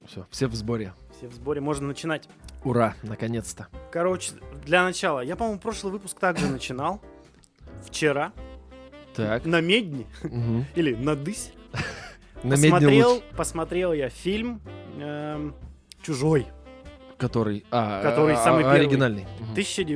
все в сборе. Все в сборе, можно начинать. Ура, наконец-то. Короче, для начала. Я, по-моему, прошлый выпуск также начинал. Вчера. Так. На Медне. Мгм. Или на Дысь. На медне лучше. Посмотрел я фильм «Чужой», Который самый первый. оригинальный. Мгм.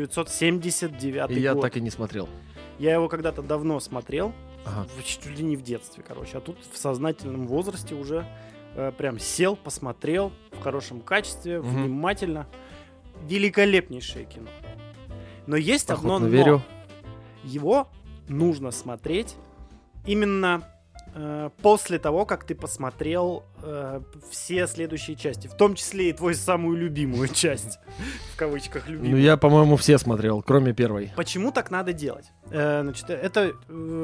1979 И я год. так и не смотрел. Я его когда-то давно смотрел, Ага. чуть ли не в детстве, короче. А тут в сознательном возрасте уже прям сел, посмотрел в хорошем качестве, Мгм. внимательно. Великолепнейшее кино. Но есть одно Охотно но. верю. Его нужно смотреть именно после того, как ты посмотрел все следующие части. В том числе и твою самую любимую часть. В кавычках Ну, любимую. я, по-моему, все смотрел, кроме первой. Почему так надо делать? Значит, это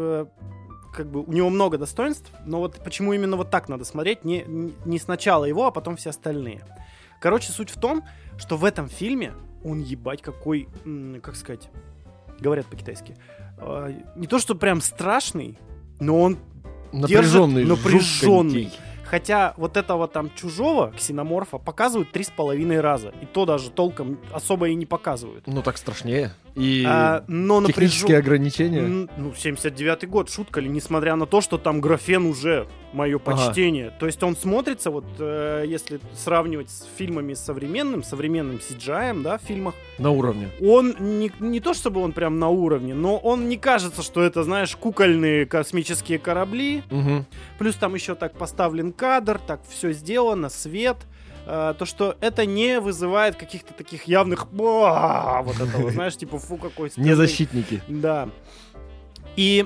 как бы у него много достоинств, но вот почему именно вот так надо смотреть, не сначала его, а потом все остальные. Короче, суть в том, что в этом фильме он ебать какой, как сказать, говорят по-китайски, не то что прям страшный, но он Напряженный, напряженный. жутконький. Хотя вот этого там чужого ксеноморфа показывают 3,5 раза. И то даже толком особо и не показывают. Ну, так страшнее. И Но технические ограничения. Ну, 79-й год, шутка ли, несмотря на то, что там графен уже мое почтение. То есть он смотрится, вот если сравнивать с фильмами современным CGI, да, в фильмах, На уровне. он не то чтобы он прям на уровне, но он не кажется, что это, знаешь, кукольные космические корабли. Угу. Плюс там еще так поставлен кадр, так все сделано, свет. То, что это не вызывает каких-то таких явных вот этого, знаешь, типа фу какой стыдный. Не защитники. Да. И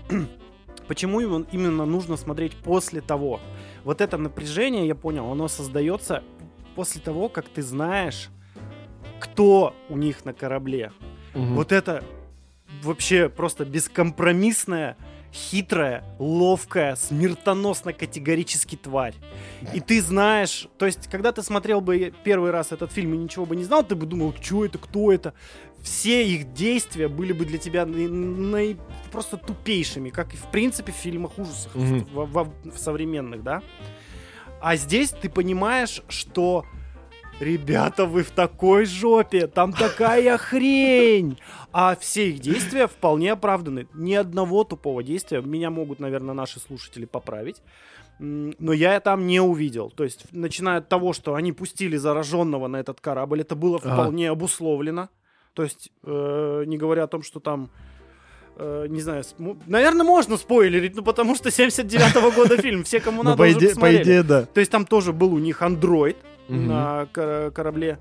почему именно нужно смотреть после того? Вот это напряжение, я понял, оно создается после того, как ты знаешь, кто у них на корабле. Мгм. Вот это вообще просто бескомпромиссная, хитрая, ловкая, смертоносно категорически тварь. И ты знаешь, то есть, когда ты смотрел бы первый раз этот фильм и ничего бы не знал, ты бы думал, что это, кто это. Все их действия были бы для тебя просто тупейшими, как и в принципе в фильмах ужасов, Мгм. в современных, да. А здесь ты понимаешь, что ребята, вы в такой жопе, там такая хрень. А все их действия вполне оправданы. Ни одного тупого действия. Меня могут, наверное, наши слушатели поправить. Но я там не увидел. То есть, начиная от того, что они пустили зараженного на этот корабль, это было вполне обусловлено. То есть, не говоря о том, что там, не знаю, наверное, можно спойлерить, ну потому что 79-го года фильм, все, кому Ну, надо, по уже идее, посмотрели. да. То есть там тоже был у них андроид Мгм. на корабле,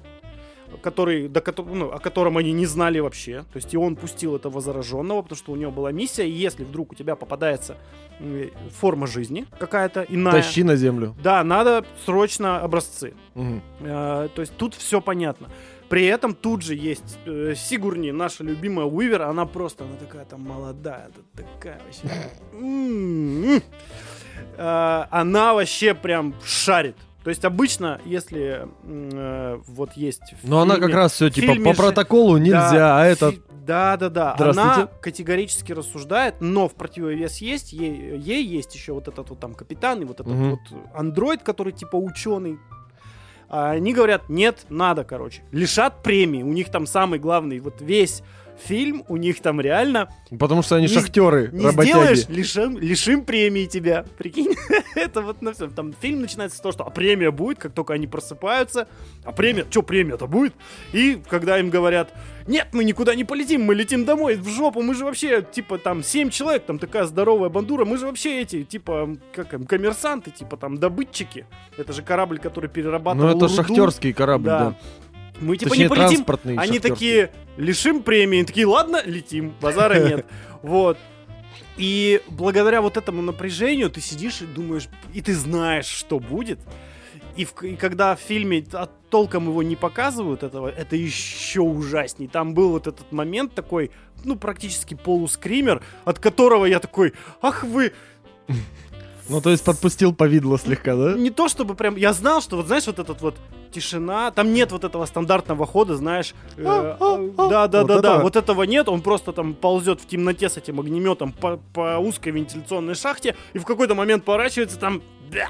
о котором они не знали вообще. То есть и он пустил этого зараженного, потому что у него была миссия, и если вдруг у тебя попадается форма жизни какая-то иная, Тащи на землю. да, надо срочно образцы. Мгм. То есть тут все понятно. При этом тут же есть Сигурни, наша любимая Уивер, она такая там молодая, такая вообще. Она вообще прям шарит. То есть обычно, если вот есть в Но она фильме- как раз все типа фильме по же- протоколу нельзя, Да, а этот... Да. Здравствуйте. Она категорически рассуждает, но в противовес есть, ей есть еще вот этот вот там капитан и вот этот Мгм. вот андроид, который типа ученый. А они говорят, нет, надо, короче. Лишат премии. У них там самый главный, вот весь фильм, у них там реально Потому что они Не- шахтеры, не работяги. сделаешь, лишим премии тебя. Прикинь, это вот на все. Там фильм начинается с того, что премия будет, как только они просыпаются. А премия, что премия-то будет? И когда им говорят, нет, мы никуда не полетим, мы летим домой, в жопу, мы же вообще, типа, там, 7 человек, там такая здоровая бандура, мы же вообще эти, типа, как им, коммерсанты, типа, там, добытчики. Это же корабль, который перерабатывал Ну, это руду. шахтерский корабль, да. Мы типа Точнее, не полетим. транспортный Они шахтерский. такие, лишим премии. Они такие, ладно, летим, базара нет. Вот. И благодаря вот этому напряжению ты сидишь и думаешь, и ты знаешь, что будет. И когда в фильме толком его не показывают, это еще ужасней. Там был вот этот момент такой, ну, практически полускример, от которого я такой, ах вы... Ну, то есть подпустил повидло слегка, да? Не то чтобы прям... Я знал, что вот, знаешь, вот этот вот тишина... Там нет вот этого стандартного хода, знаешь... Да. Вот этого нет. Он просто там ползет в темноте с этим огнеметом по узкой вентиляционной шахте и в какой-то момент поворачивается там...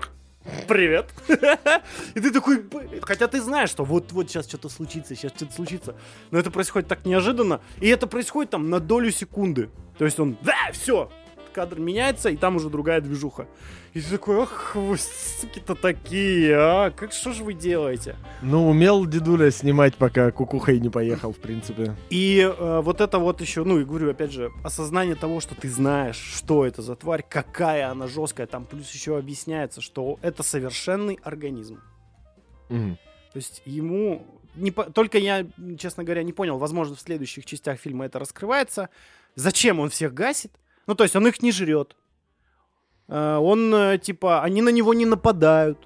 привет. И ты такой, хотя ты знаешь, что вот сейчас что-то случится, но это происходит так неожиданно, и это происходит там на долю секунды. То есть он, все, кадр меняется, и там уже другая движуха. И ты такой, ах, вы суки-то такие, что же вы делаете? Ну, умел дедуля снимать, пока кукухой не поехал, в принципе. И вот это вот еще, ну, и говорю, опять же, осознание того, что ты знаешь, что это за тварь, какая она жесткая, там плюс еще объясняется, что это совершенный организм. Мгм. То есть ему... Только я, честно говоря, не понял, возможно, в следующих частях фильма это раскрывается, зачем он всех гасит. Ну, то есть он их не жрет. Он, типа, они на него не нападают.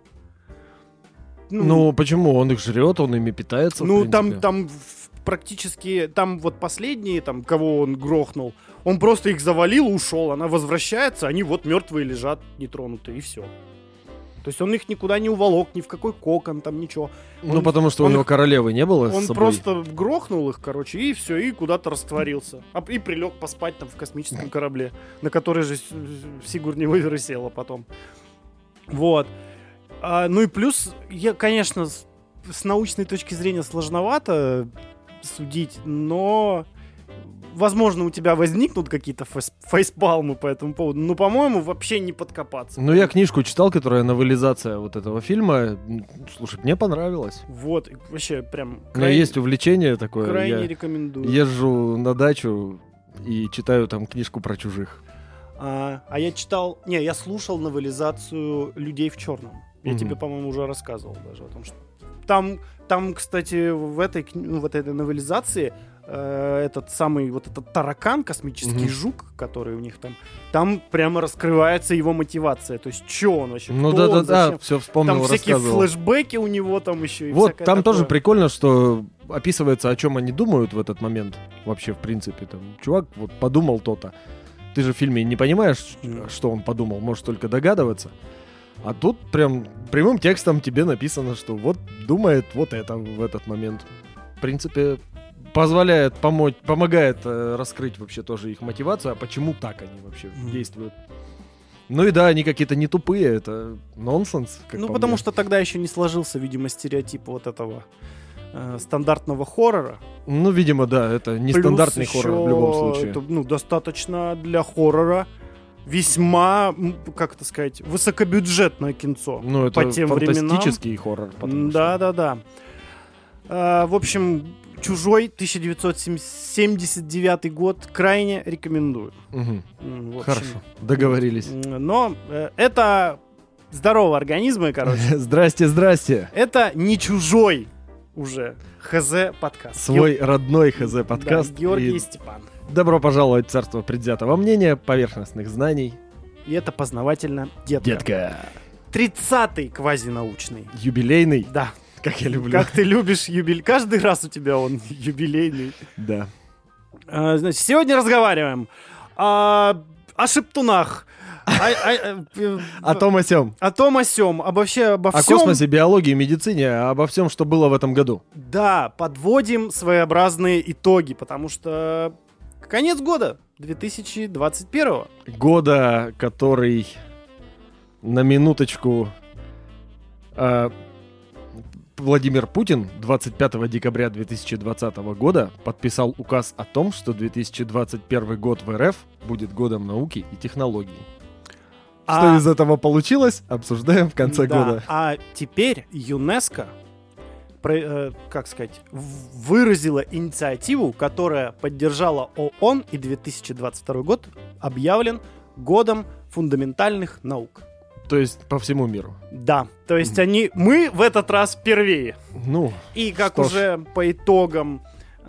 Ну, почему? Он их жрет, он ими питается, Ну, в принципе. там практически, там вот последние, там, кого он грохнул, он просто их завалил, ушел, она возвращается, они вот мертвые лежат, нетронутые, и все. То есть он их никуда не уволок, ни в какой кокон, там, ничего. Ну, потому что у него королевы не было с Он собой. просто грохнул их, короче, и все, и куда-то растворился. И прилег поспать там в космическом корабле, на который же Сигурни Уивер и села потом. Вот. Ну и плюс, конечно, с научной точки зрения сложновато судить, но... Возможно, у тебя возникнут какие-то фейспалмы по этому поводу, но, по-моему, вообще не подкопаться. Ну, я книжку читал, которая новелизация вот этого фильма. Слушай, мне понравилось. Вот, и вообще прям... У меня есть увлечение такое. Крайне Я рекомендую. езжу на дачу и читаю там книжку про чужих. А я читал... Не, я слушал новелизацию «Людей в черном». Я тебе, по-моему, уже рассказывал даже о том, что... Там, кстати, в этой новелизации этот самый вот этот таракан, космический жук, который у них там прямо раскрывается его мотивация. То есть, что он вообще? Ну кто он, да, зачем? все вспомнил, Там всякие рассказывал. флешбеки у него там еще. И Вот, всякое там такое. тоже прикольно, что описывается, о чем они думают в этот момент. Вообще, в принципе, там, чувак вот подумал то-то. Ты же в фильме не понимаешь, что он подумал, можешь только догадываться. А тут прям прямым текстом тебе написано, что вот думает вот это в этот момент. В принципе, позволяет помогает раскрыть вообще тоже их мотивацию, а почему так они вообще действуют. Ну и да, они какие-то не тупые, это нонсенс. Как по потому мне. что тогда еще не сложился, видимо, стереотип вот этого стандартного хоррора. Ну, видимо, да, это нестандартный Плюс хоррор еще в любом случае. Это, достаточно для хоррора весьма, как это сказать, высокобюджетное кинцо. Ну, это по тем фантастический хоррор. потому что- Да. В общем, «Чужой», 1979 год, крайне рекомендую. Мгм. В общем, Хорошо, договорились. Но это здоровые организмы, короче. Здрасте. Это не «Чужой» уже ХЗ-подкаст. Свой родной ХЗ-подкаст. Да, Георгий И и Степан. добро пожаловать в царство предвзятого мнения, поверхностных знаний. И это познавательно, детка. 30-й квазинаучный. Юбилейный, Да. как я люблю. Как ты любишь юбилей. Каждый раз у тебя он юбилейный. Да. Значит, сегодня разговариваем о шептунах. О том о сём. О том, о сём. Обо всем. О космосе, биологии, медицине, обо всем, что было в этом году. Да, подводим своеобразные итоги, потому что конец года 2021. Года, который на минуточку Владимир Путин 25 декабря 2020 года подписал указ о том, что 2021 год в РФ будет годом науки и технологий. Что из этого получилось, обсуждаем в конце года. А теперь ЮНЕСКО, выразила инициативу, которая поддержала ООН, и 2022 год объявлен годом фундаментальных наук. То есть по всему миру. Да, то есть мы в этот раз впервые. Ну, И как что ж. уже по итогам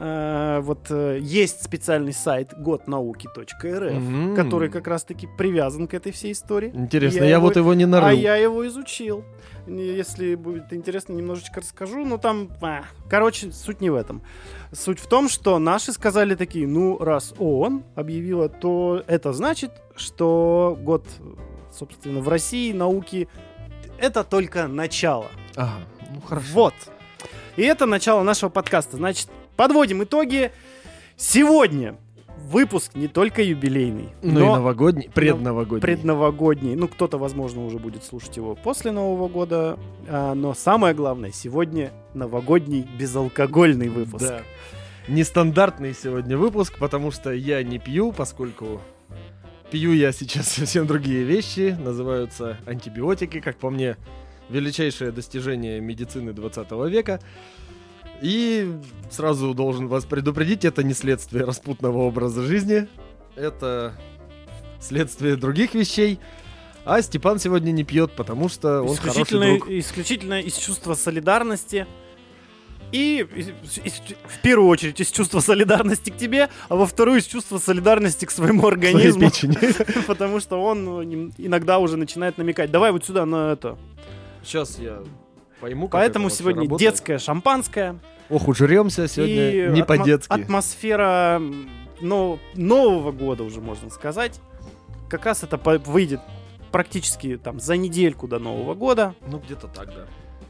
есть специальный сайт годнауки.рф, который как раз-таки привязан к этой всей истории. Интересно, я вот его не А нарыл. я его изучил. Если будет интересно, немножечко расскажу. Но там, короче, суть не в этом. Суть в том, что наши сказали такие, раз ООН объявила, то это значит, что год, собственно, в России науки это только начало. Ага, ну хорошо. Вот. И это начало нашего подкаста. Значит, подводим итоги. Сегодня выпуск не только юбилейный, Ну и новогодний, предновогодний. Предновогодний. Ну, кто-то, возможно, уже будет слушать его после Нового года. Но самое главное, сегодня новогодний безалкогольный выпуск. Да. Нестандартный сегодня выпуск, потому что я не пью, поскольку пью я сейчас совсем другие вещи. Называются антибиотики, как по мне, величайшее достижение медицины 20 века. И сразу должен вас предупредить, это не следствие распутного образа жизни, это следствие других вещей. А Степан сегодня не пьет, потому что он хороший друг. Исключительно из чувства солидарности. И в первую очередь из чувства солидарности к тебе, а во вторую из чувства солидарности к своему организму. Потому что он иногда уже начинает намекать. Давай вот сюда на это. Сейчас я пойму, как Поэтому это сегодня работает. Детское шампанское. Ох, ужремся сегодня И не по-детски. Атмосфера Нового года уже, можно сказать. Как раз это выйдет практически там за недельку до Нового года. Ну, где-то так, да.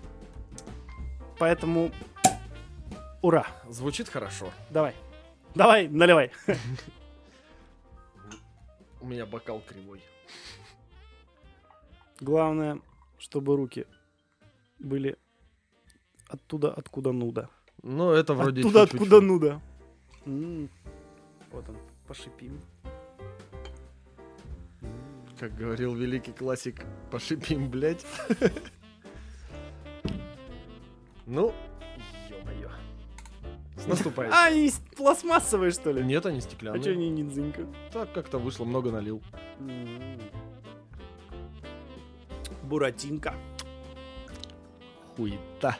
Поэтому ура. Звучит хорошо. Давай, наливай. У меня бокал кривой. Главное, чтобы руки были оттуда, откуда нуда. Ну, это вроде оттуда, чуть-чуть. откуда нуда. Вот он, пошипим. Как говорил великий классик, пошипим, блядь. Ну, ё-моё. С наступающим. Они пластмассовые, что ли? Нет, они А стеклянные. чё они ниндзинька? Так как-то вышло, много налил. Буратинка. Хуета.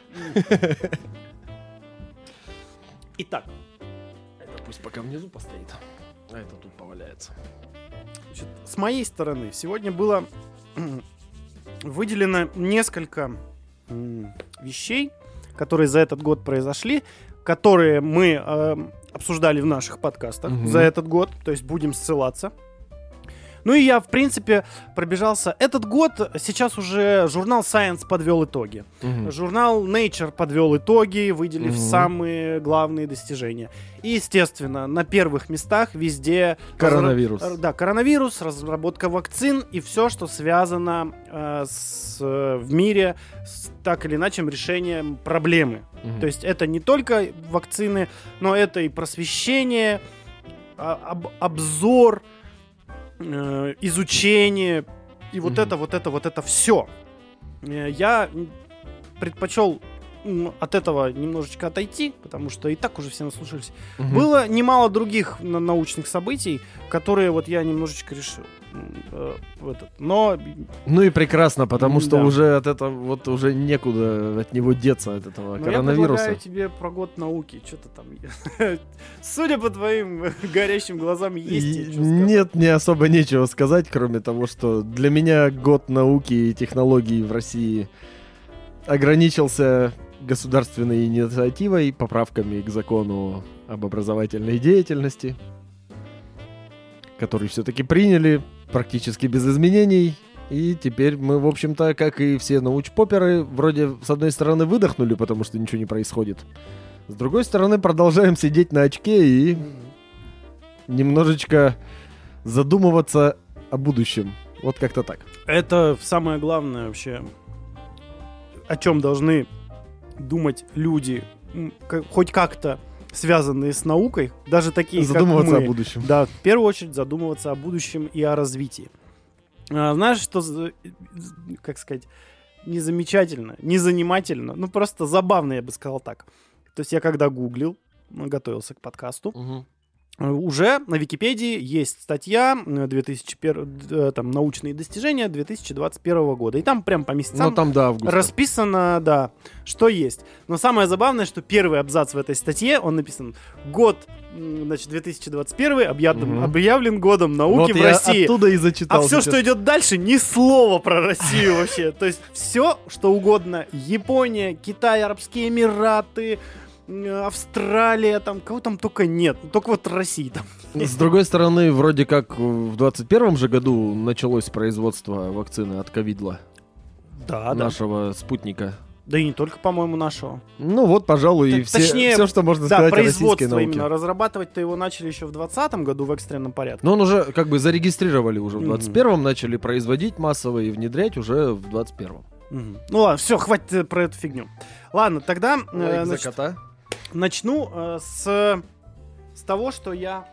Итак, Это пусть пока внизу постоит. А это тут поваляется. значит, с моей стороны сегодня было выделено несколько вещей, которые за этот год произошли, которые мы обсуждали в наших подкастах за этот год, то есть будем ссылаться. Ну и я, в принципе, пробежался. Этот год, сейчас уже журнал Science подвел итоги. Журнал Nature подвел итоги, выделив самые главные достижения. И, естественно, на первых местах везде... Коронавирус. Да, коронавирус, разработка вакцин и все, что связано в мире с так или иначе решением проблемы. То есть это не только вакцины, но это и просвещение, обзор, изучение и вот это все. Я предпочел от этого немножечко отойти, потому что и так уже все наслушались. Было немало других научных событий, которые вот я немножечко решил. Но... Ну и прекрасно, потому что Да. уже от этого вот уже некуда от него деться, от этого Но коронавируса. я предлагаю тебе про год науки. Что-то там... Судя по твоим горящим глазам, есть тебе что сказать. Нет, не особо нечего сказать, кроме того, что для меня год науки и технологий в России ограничился государственной инициативой, поправками к закону об образовательной деятельности, который все-таки приняли практически без изменений. И теперь мы, в общем-то, как и все научпоперы, вроде с одной стороны выдохнули, потому что ничего не происходит. С другой стороны, продолжаем сидеть на очке и немножечко задумываться о будущем. Вот как-то так. Это самое главное вообще, о чем должны думать люди, хоть как-то связанные с наукой, даже такие, Задумываться как мы. о будущем. Да, в первую очередь задумываться о будущем и о развитии. Знаешь, что, как сказать, не замечательно, не занимательно, ну просто забавно, я бы сказал так. То есть я когда гуглил, готовился к подкасту, уже на Википедии есть статья 2001, там, научные достижения 2021 года. И там прям по месяцам Ну там, да, август. расписано, да, что есть. Но самое забавное, что первый абзац в этой статье, он написан: год, значит, 2021 объявлен годом науки Вот в я России. оттуда и зачитал. А все, сейчас. что идет дальше, ни слова про Россию вообще. То есть все, что угодно. Япония, Китай, Арабские Эмираты, Австралия, там, кого там только нет. Только вот России там. С другой стороны, вроде как в 21 же году началось производство вакцины от ковидла, Да, нашего спутника. Да и не только, по-моему, нашего. Ну вот, пожалуй, и Точнее, все, что можно да, сказать о российской производство науке. именно. Разрабатывать-то его начали еще в 2020 году в экстренном порядке. Но он уже как бы зарегистрировали уже в Мгм. 21-м, начали производить массово и внедрять уже в 21-м. Мгм. Ну ладно, все, хватит про эту фигню. Ладно, тогда Лайк за значит, кота. начну с того, что я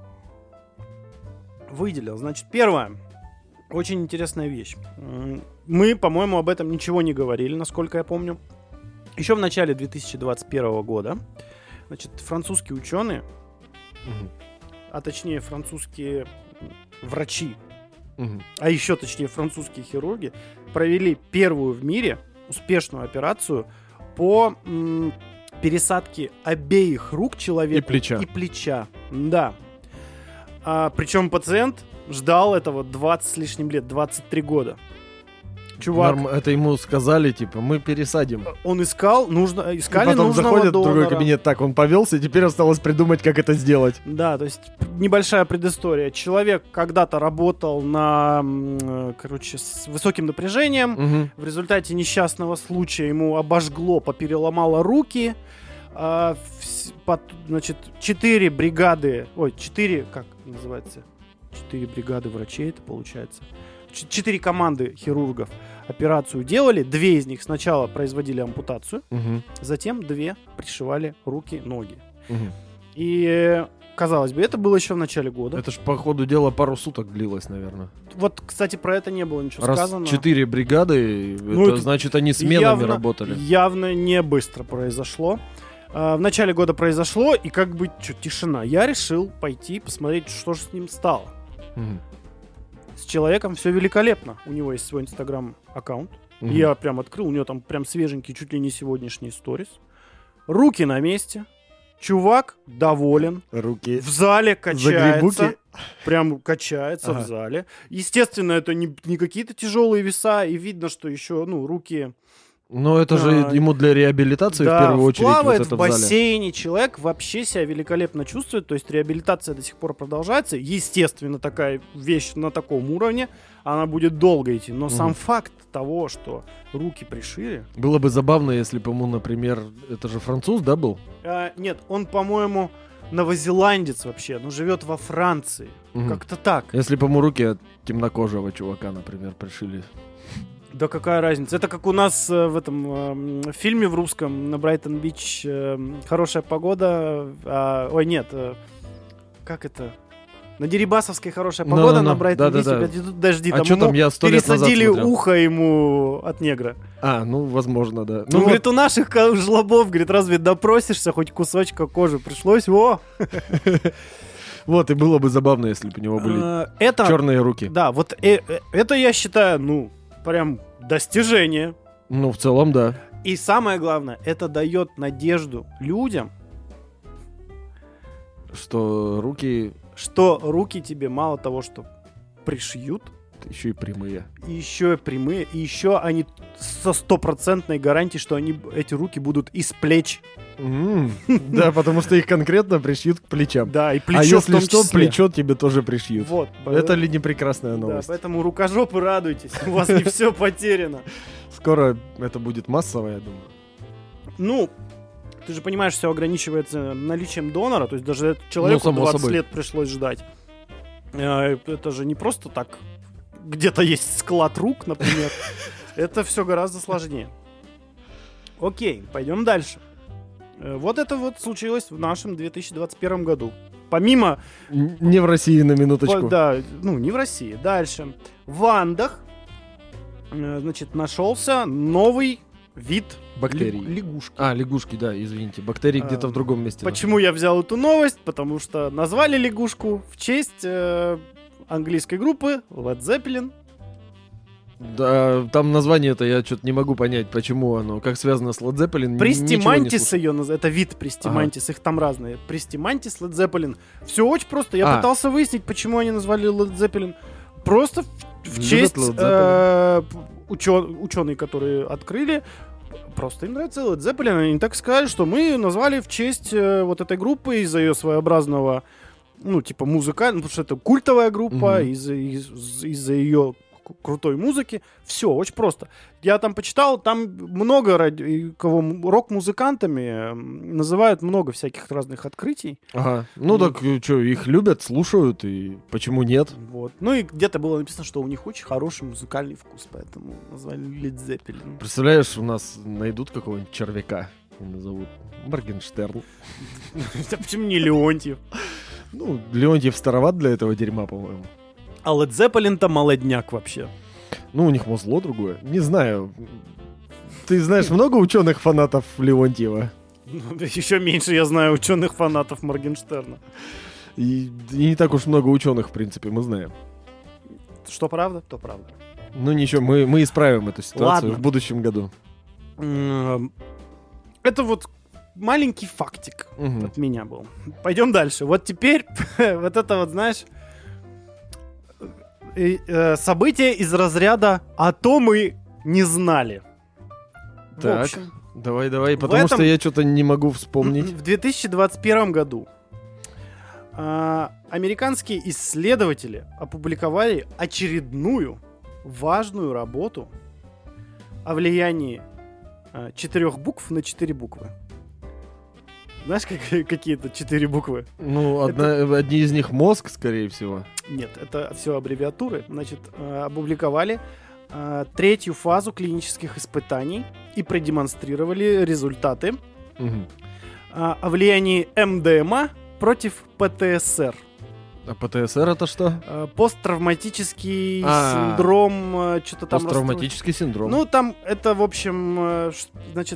выделил. Значит, первое. Очень интересная вещь. Мы, по-моему, об этом ничего не говорили, насколько я помню. Еще в начале 2021 года, значит, французские ученые, Мгм. а точнее французские врачи, Мгм. а еще точнее французские хирурги, провели первую в мире успешную операцию по пересадке обеих рук человека И плеча. Да. Причем пациент ждал этого 20 с лишним лет, 23 года. Чувак, Это ему сказали, типа, мы пересадим. он искали И потом нужного заходит в донора. другой кабинет, так, он повелся, теперь осталось придумать, как это сделать. Да, то есть небольшая предыстория. Человек когда-то работал на, с высоким напряжением. Мгм. В результате несчастного случая ему обожгло, попереломало руки. Значит, 4 бригады, как называется? 4 бригады врачей, это получается. 4 команды хирургов операцию делали. 2 из них сначала производили ампутацию, Мгм. затем 2 пришивали руки, ноги. Мгм. И, казалось бы, это было еще в начале года. Это ж, по ходу дела, пару суток длилось, наверное. Вот, кстати, про это не было ничего Раз сказано. 4 бригады, Ну, это это значит, они сменами работали. Явно не быстро произошло. В начале года произошло, и как бы тишина. Я решил пойти посмотреть, что же с ним стало. Мгм. С человеком все великолепно. У него есть свой инстаграм-аккаунт. Мгм. Я прям открыл, у него там прям свеженький, чуть ли не сегодняшний сторис. Руки на месте. Чувак доволен. Руки. В зале качается. Загребуки. Прям качается Ага. в зале. Естественно, это не какие-то тяжелые веса. И видно, что еще, руки... Но это же А, ему для реабилитации в первую очередь плавает вот это в в зале. бассейне, человек вообще себя великолепно чувствует, то есть реабилитация до сих пор продолжается. Естественно, такая вещь на таком уровне, она будет долго идти, но сам факт того, что руки пришили... Было бы забавно, если бы ему, например, это же француз, да, был? Нет, он, по-моему, новозеландец вообще, но живет во Франции. Мгм. Как-то так. Если бы ему руки от темнокожего чувака, например, пришили. Да какая разница? Это как у нас в этом фильме в русском на Брайтон-Бич «Хорошая погода». Как это? На Дерибасовской «Хорошая погода», на Брайтон-Бич идут дожди. А Там что ему там, я 100 лет назад пересадили смотрел. ухо ему от негра. Ну, возможно, да. Ну, говорит, у наших жлобов, говорит, разве допросишься, хоть кусочка кожи пришлось? Вот, и было бы забавно, если бы у него были Это, черные руки. да, вот это я считаю, прям достижение. Ну, в целом, да. И самое главное, это дает надежду людям, Что руки что руки тебе мало того, что пришьют, еще и прямые. и еще и прямые, и еще они со 100% гарантией, что эти руки будут из плеч. Да, потому что их конкретно пришьют к плечам. Да, и А плечо в если том что, числе. плечо тебе тоже пришьют. Вот. Это ли не прекрасная Да, новость? поэтому рукожопы радуйтесь, у вас не все потеряно. Скоро это будет массово, я думаю. Ну, ты же понимаешь, все ограничивается наличием донора, то есть даже человеку само 20 собой. лет пришлось ждать. Это же не просто так, где-то есть склад рук, например. Это все гораздо сложнее. Окей, пойдем дальше. Вот это вот случилось в нашем 2021 году. Помимо... Не в России, на минуточку. Да, не в России. Дальше. В Андах, значит, нашелся новый вид Бактерий. лягушки. Лягушки, да, извините. Бактерии где-то в другом месте. Почему я взял эту новость? Потому что назвали лягушку в честь английской группы Led Zeppelin. Да, там название-то я что-то не могу понять, почему оно, как связано с Led Zeppelin. Пристимантис ее называют. Это вид Пристимантис, их там разные. Пристимантис, Led Zeppelin. Все очень просто. Я пытался выяснить, почему они назвали Led Zeppelin. Просто в честь ученые, которые открыли. Просто им нравится Led Zeppelin. Они так сказали, что мы назвали в честь вот этой группы из-за ее своеобразного, музыкального, потому что это культовая группа, из-за ее крутой музыки. Все, очень просто. Я там почитал, там много кого рок-музыкантами называют много всяких разных открытий. Ага. Ну так что, их любят, слушают, и почему нет? Вот. Ну и где-то было написано, что у них очень хороший музыкальный вкус, поэтому назвали Led Zeppelin. Представляешь, у нас найдут какого-нибудь червяка и назовут Моргенштерн. Да почему не Леонтьев? Ну, Леонтьев староват для этого дерьма, по-моему. А Led Zeppelin-то молодняк вообще. Ну, у них музло другое. Не знаю. Ты знаешь много ученых-фанатов Леонтьева? Еще меньше я знаю ученых-фанатов Моргенштерна. И не так уж много ученых, в принципе, мы знаем. Что правда, то правда. Ну ничего, мы исправим эту ситуацию. Ладно. В будущем году. Это вот маленький фактик Мгм. от меня был. Пойдем дальше. Вот теперь вот это вот, знаешь, событие из разряда «а то мы не знали». В Так, общем, давай, потому что я что-то не могу вспомнить. в 2021 году американские исследователи опубликовали очередную важную работу о влиянии 4 букв на 4 буквы. Знаешь, какие это 4 буквы? Ну, одни из них мозг, скорее всего. Нет, это все аббревиатуры. Значит, опубликовали третью фазу клинических испытаний и продемонстрировали результаты Мгм. о влиянии МДМА против ПТСР. А ПТСР это что? Посттравматический синдром, что-то там... Посттравматический синдром. Ну, там это, в общем, значит...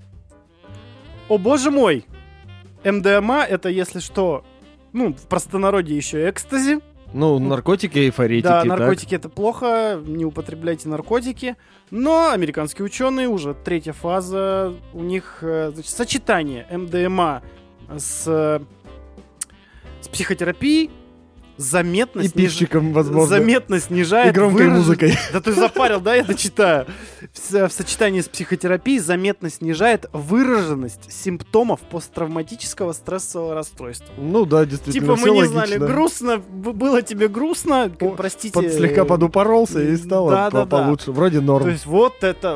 О, боже мой! МДМА это, если что, ну, в простонародье еще экстази. Ну, наркотики, эйфоретики. Да, так. наркотики это плохо, не употребляйте наркотики. Но американские ученые, уже третья фаза, у них, значит, сочетание МДМА с психотерапией заметно И пивчиком, возможно. заметно снижает И громкой музыкой. Да ты запарил, да, я дочитаю. В сочетании с психотерапией заметно снижает выраженность симптомов посттравматического стрессового расстройства. Ну да, действительно, Типа мы всё не логично. знали, грустно, было тебе грустно, простите. Слегка подупоролся и стало Да. получше. Вроде норм. То есть вот это,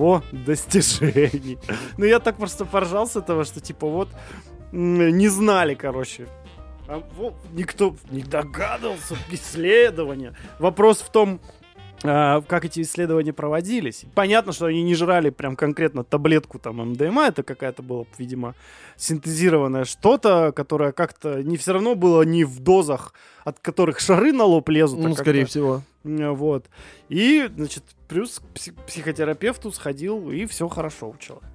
достижений. Ну я так просто поржал с этого, что типа вот не знали, короче. А вот никто не догадывался, исследования. Вопрос в том, как эти исследования проводились. Понятно, что они не жрали прям конкретно таблетку там МДМА, это какая-то была, видимо, синтезированное что-то, которое как-то не все равно было не в дозах, от которых шары на лоб лезут. Ну, скорее всего. Вот. И, значит, плюс к психотерапевту сходил, и все хорошо у человека.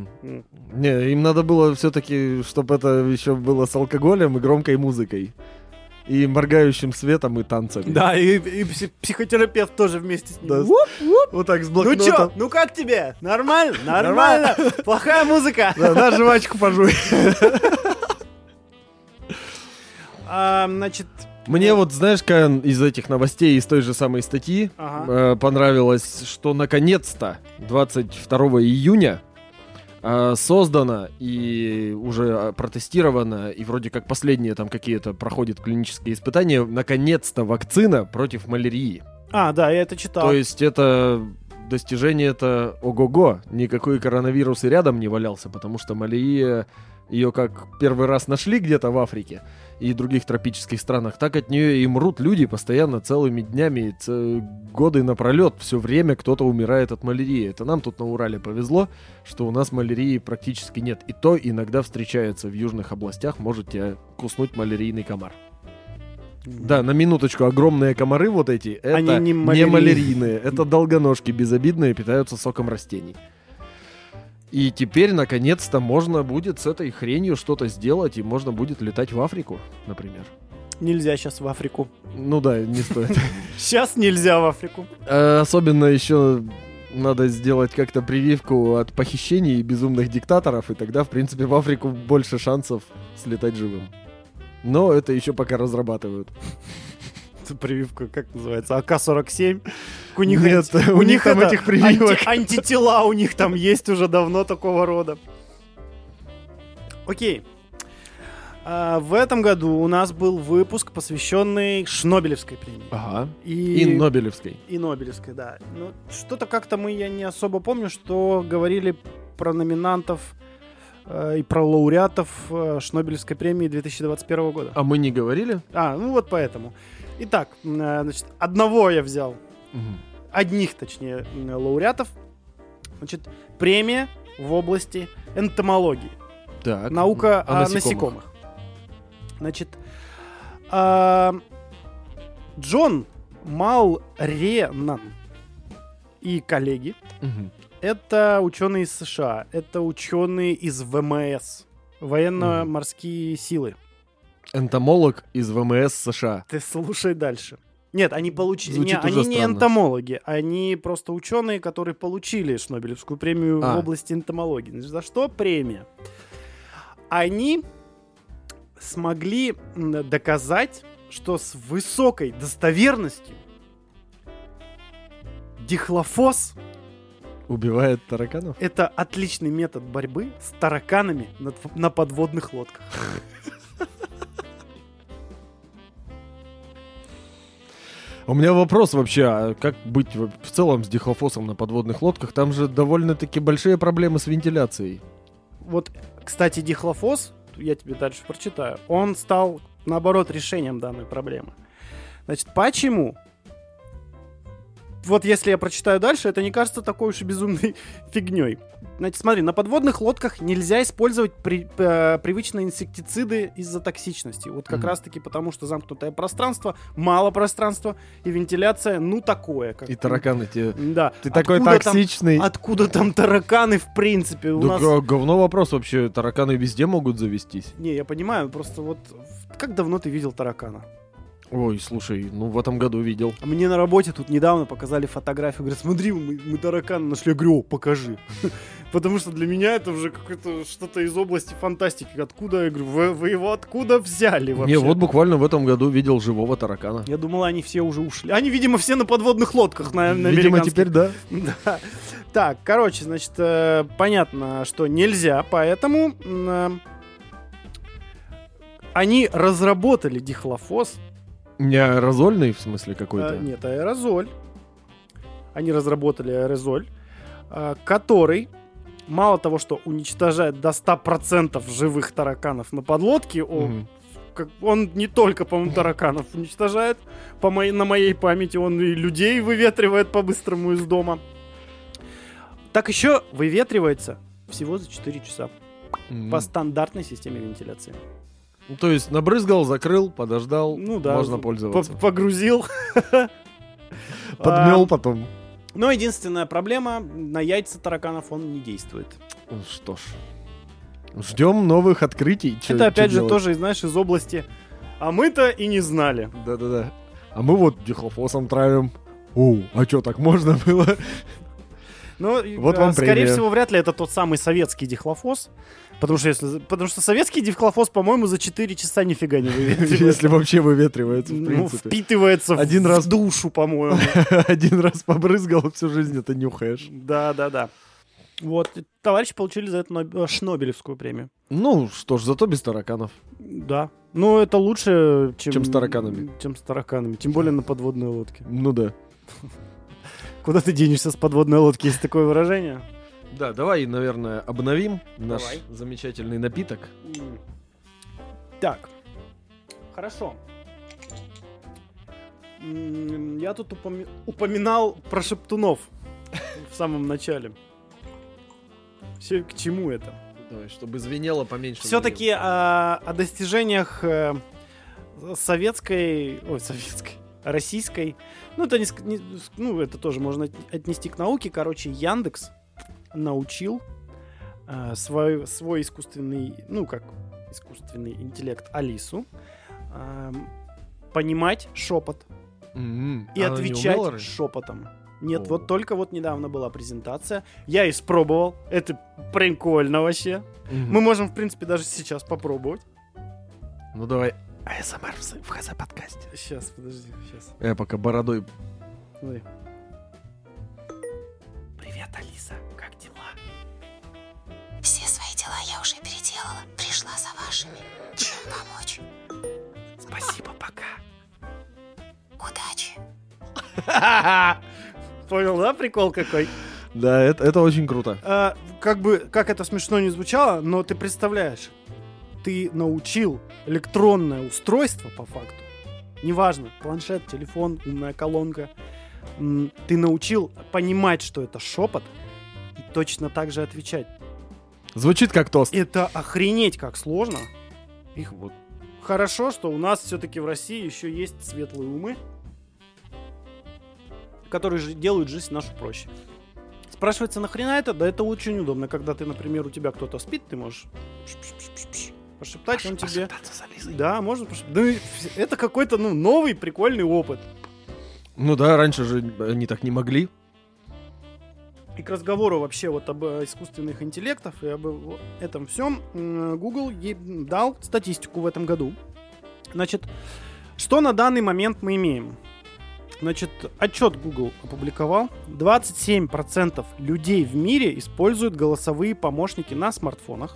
Не, им надо было все-таки, чтобы это еще было с алкоголем и громкой музыкой. И моргающим светом и танцами. Да, и психотерапевт тоже вместе с ним. Да. Вот так с Ну блокнотом. чё, ну как тебе? Нормально? Нормально. Плохая музыка. Да, на жвачку пожуй. Значит... Мне вот, знаешь, Каян, из этих новостей, из той же самой статьи, понравилось, что наконец-то 22 июня создано и уже протестировано, и вроде как последние там какие-то проходят клинические испытания, наконец-то вакцина против малярии. Да, я это читал. То есть это достижение, это ого-го, никакой коронавирус и рядом не валялся, потому что малярия, ее как первый раз нашли где-то в Африке и других тропических странах, так от нее и мрут люди постоянно целыми днями, годы напролет, все время кто-то умирает от малярии. Это нам тут на Урале повезло, что у нас малярии практически нет. И то иногда встречается в южных областях, может тебя куснуть малярийный комар. Да, на минуточку, огромные комары вот эти, это Они не малярийные, это долгоножки безобидные, питаются соком растений. И теперь, наконец-то, можно будет с этой хренью что-то сделать, и можно будет летать в Африку, например. Нельзя сейчас в Африку. Ну да, не стоит. Сейчас нельзя в Африку. Особенно еще надо сделать как-то прививку от похищений и безумных диктаторов, и тогда, в принципе, в Африку больше шансов слетать живым. Но это еще пока разрабатывают. Прививка, как называется? АК-47? У них Нет, у них там этих прививок. Антитела у них там есть уже давно такого рода. Окей. В этом году у нас был выпуск, посвященный Шнобелевской премии. Ага. И Нобелевской. И Нобелевской, да. Ну, что-то как-то я не особо помню, что говорили про номинантов и про лауреатов Шнобелевской премии 2021 года. А мы не говорили? Ну вот поэтому. Итак, значит, одного я взял. Одних, точнее, лауреатов. Значит, премия в области энтомологии. Так. Наука о насекомых. Значит, Джон Малренан и коллеги это ученые из США, это ученые из ВМС, военно-морские силы. Энтомолог из ВМС США. Ты слушай дальше. Нет, они получили. Они не энтомологи, они просто ученые, которые получили Шнобелевскую премию в области энтомологии. Значит, за что премия? Они смогли доказать, что с высокой достоверностью дихлофос убивает тараканов? Это отличный метод борьбы с тараканами на подводных лодках. У меня вопрос вообще, а как быть в целом с дихлофосом на подводных лодках? Там же довольно-таки большие проблемы с вентиляцией. Вот, кстати, дихлофос, я тебе дальше прочитаю, он стал, наоборот, решением данной проблемы. Значит, почему? Вот если я прочитаю дальше, это не кажется такой уж и безумной фигней. Значит, смотри, на подводных лодках нельзя использовать привычные инсектициды из-за токсичности. Вот как раз-таки потому, что замкнутое пространство, мало пространства, и вентиляция, такое. И тараканы тебе... Да. Ты такой токсичный. Откуда там тараканы, в принципе? Говно вопрос вообще. Тараканы везде могут завестись. Не, я понимаю, просто вот... Как давно ты видел таракана? Ой, слушай, в этом году видел. А мне на работе тут недавно показали фотографию. Говорят, смотри, мы таракана нашли. Я говорю, покажи. Потому что для меня это уже какое-то что-то из области фантастики. Откуда, я говорю, вы его откуда взяли вообще? Не, вот буквально в этом году видел живого таракана. Я думал, они все уже ушли. Они, видимо, все на подводных лодках, на видимо, теперь да. Да. Так, короче, значит, понятно, что нельзя, поэтому они разработали дихлофос. Не аэрозольный, в смысле, какой-то? Нет, аэрозоль. Они разработали аэрозоль, который мало того, что уничтожает до 100% живых тараканов на подлодке, он не только, по-моему, тараканов уничтожает, на моей памяти он и людей выветривает по-быстрому из дома. Так еще выветривается всего за 4 часа по стандартной системе вентиляции. То есть набрызгал, закрыл, подождал, можно пользоваться. Погрузил. Подмел потом. Но единственная проблема, на яйца тараканов он не действует. Что ж, ждем новых открытий. Это опять же тоже, знаешь, из области «а мы-то и не знали». Да-да-да. А мы вот дихлофосом травим. А что, так можно было? Ну, вот вам скорее премия. всего, вряд ли это тот самый советский дихлофос. Потому что советский дихлофос, по-моему, за 4 часа нифига не выветривается. Если вообще выветривается, в принципе. Впитывается в душу, по-моему. Один раз побрызгал, всю жизнь это нюхаешь. Да. Вот, товарищи получили за это Шнобелевскую премию. Ну, что ж, зато без тараканов. Да. Ну, это лучше, чем с тараканами. Тем более на подводной лодке. Ну да. Куда ты денешься с подводной лодки, есть такое выражение? Да, давай, наверное, обновим наш замечательный напиток. Так, хорошо. Я тут упоминал про шептунов в самом начале. Все к чему это? Давай, чтобы звенело поменьше. Все-таки о достижениях российской. Ну, это это тоже можно отнести к науке. Короче, Яндекс научил свой искусственный интеллект Алису понимать шепот и отвечать шепотом. Нет, вот только недавно была презентация. Я испробовал. Это прикольно вообще. Мы можем, в принципе, даже сейчас попробовать. Ну, давай. АСМР в ХЗ-подкасте. Сейчас, подожди, сейчас. Я пока бородой. Ой. Привет, Алиса, как дела? Все свои дела я уже переделала. Пришел пришла за вашими. Чем помочь? Спасибо, пока. Удачи. Понял, да, прикол какой? Да, это очень круто. Как это смешно не звучало, но ты представляешь, ты научил электронное устройство, по факту, неважно, планшет, телефон, умная колонка, ты научил понимать, что это шепот, и точно так же отвечать. Звучит как тост. Это охренеть как сложно. Их вот. Хорошо, что у нас все-таки в России еще есть светлые умы, которые делают жизнь нашу проще. Спрашивается, нахрена это? Да это очень удобно. Когда ты, например, у тебя кто-то спит, ты можешь пошептать, он тебе... Да, можно пошептать. Да, это какой-то, новый прикольный опыт. Ну да, раньше же они так не могли. И к разговору вообще вот об искусственных интеллектах и об этом всем Google дал статистику в этом году. Значит, что на данный момент мы имеем? Значит, отчет Google опубликовал. 27% людей в мире используют голосовые помощники на смартфонах.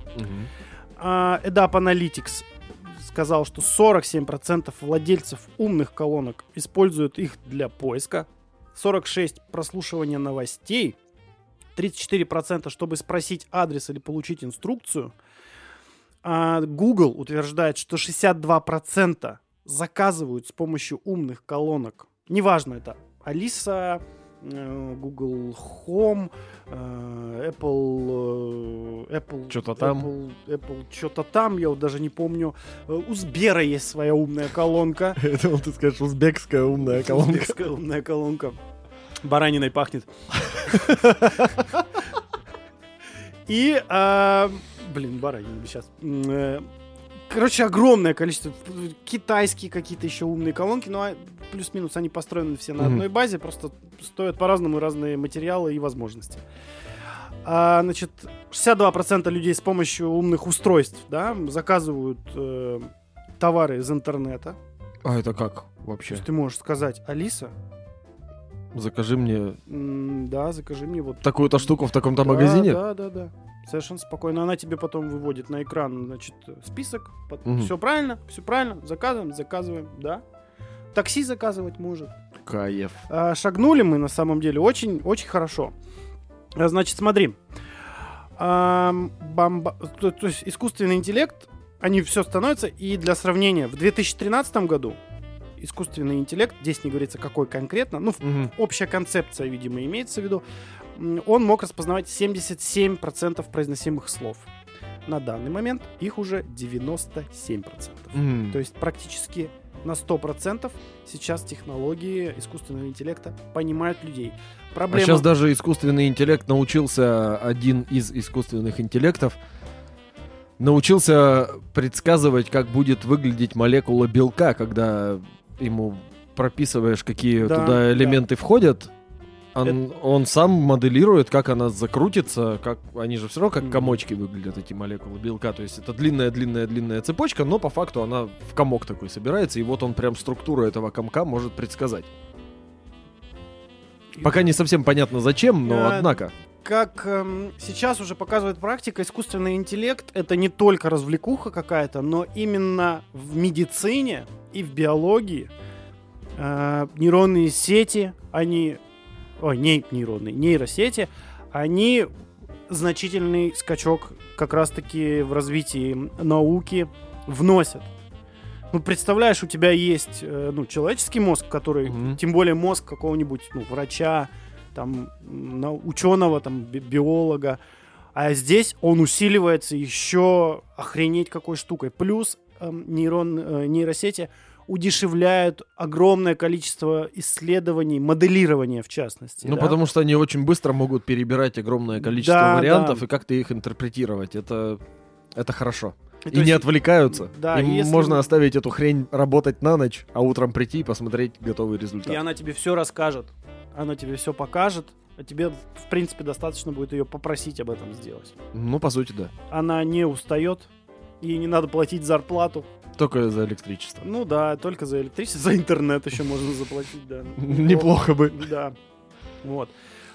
Edap Analytics сказал, что 47% владельцев умных колонок используют их для поиска. 46% прослушивания новостей, 34% чтобы спросить адрес или получить инструкцию. Google утверждает, что 62% заказывают с помощью умных колонок. Неважно, это Алиса, Google Home, Apple что-то там. Apple что-то там, я вот даже не помню. У Сбера есть своя умная колонка. Это вот ты скажешь, узбекская умная колонка. Узбекская умная колонка. Бараниной пахнет. И, баранина сейчас. Короче, огромное количество. Китайские какие-то еще умные колонки, но плюс-минус они построены все на одной базе, просто стоят по-разному разные материалы и возможности. Значит, 62% людей с помощью умных устройств, да, заказывают товары из интернета. А это как вообще? То есть ты можешь сказать: Алиса, закажи мне... Да, закажи мне вот... такую-то штуку в таком-то магазине? Да. Совершенно спокойно. Она тебе потом выводит на экран, значит, список. Все правильно, заказываем, да. Такси заказывать может. Кайф. Шагнули мы, на самом деле, очень хорошо. Значит, смотри. То есть искусственный интеллект, они все становятся. И для сравнения, в 2013 году искусственный интеллект, здесь не говорится, какой конкретно, общая концепция, видимо, имеется в виду, он мог распознавать 77% произносимых слов. На данный момент их уже 97%. То есть практически на 100% сейчас технологии искусственного интеллекта понимают людей. А сейчас даже искусственный интеллект научился, один из искусственных интеллектов, научился предсказывать, как будет выглядеть молекула белка, когда ему прописываешь, какие туда элементы входят. Он сам моделирует, как она закрутится, как они же все равно как комочки выглядят, эти молекулы белка. То есть это длинная цепочка, но по факту она в комок такой собирается, и вот он прям структуру этого комка может предсказать. Пока не совсем понятно зачем, но однако. Как сейчас уже показывает практика, искусственный интеллект — это не только развлекуха какая-то, но именно в медицине и в биологии нейронные сети, нейросети, они значительный скачок как раз-таки в развитии науки вносят. Представляешь, у тебя есть человеческий мозг, который, тем более мозг какого-нибудь врача, там, ученого, там, биолога, а здесь он усиливается еще охренеть какой штукой. Плюс нейросети удешевляют огромное количество исследований, моделирования в частности. Потому что они очень быстро могут перебирать огромное количество вариантов и как-то их интерпретировать. Это хорошо. И не отвлекаются. Да, им можно оставить эту хрень работать на ночь, а утром прийти и посмотреть готовый результат. И она тебе все расскажет. Она тебе все покажет. А тебе, в принципе, достаточно будет ее попросить об этом сделать. По сути, да. Она не устает. Ей не надо платить зарплату. Только за электричество. Только за электричество. За интернет еще можно заплатить, да. Неплохо бы. Да. Вот.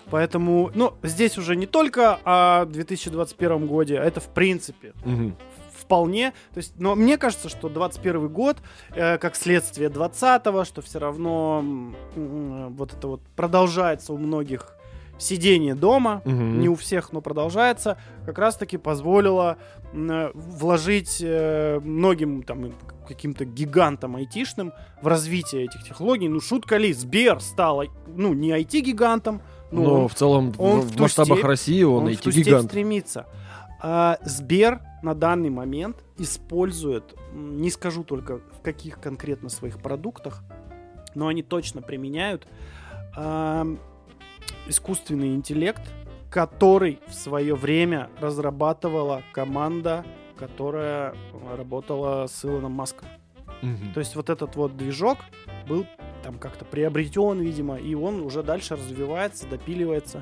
Поэтому, здесь уже не только о 2021 году, а это в принципе. вполне. То есть, но мне кажется, что 21 год, как следствие 20-го, что все равно вот это вот продолжается у многих сидение дома, не у всех, но продолжается, как раз-таки позволило вложить многим там каким-то гигантам айтишным в развитие этих технологий. Ну, шутка ли, Сбер стал, ну, не IT-гигантом, но в целом в масштабах России он IT-гигант. Стремится. А Сбер на данный момент использует, не скажу только в каких конкретно своих продуктах, но они точно применяют искусственный интеллект, который в свое время разрабатывала команда, которая работала с Илоном Маском. То есть вот этот вот движок был там как-то приобретен, видимо, и он уже дальше развивается, допиливается.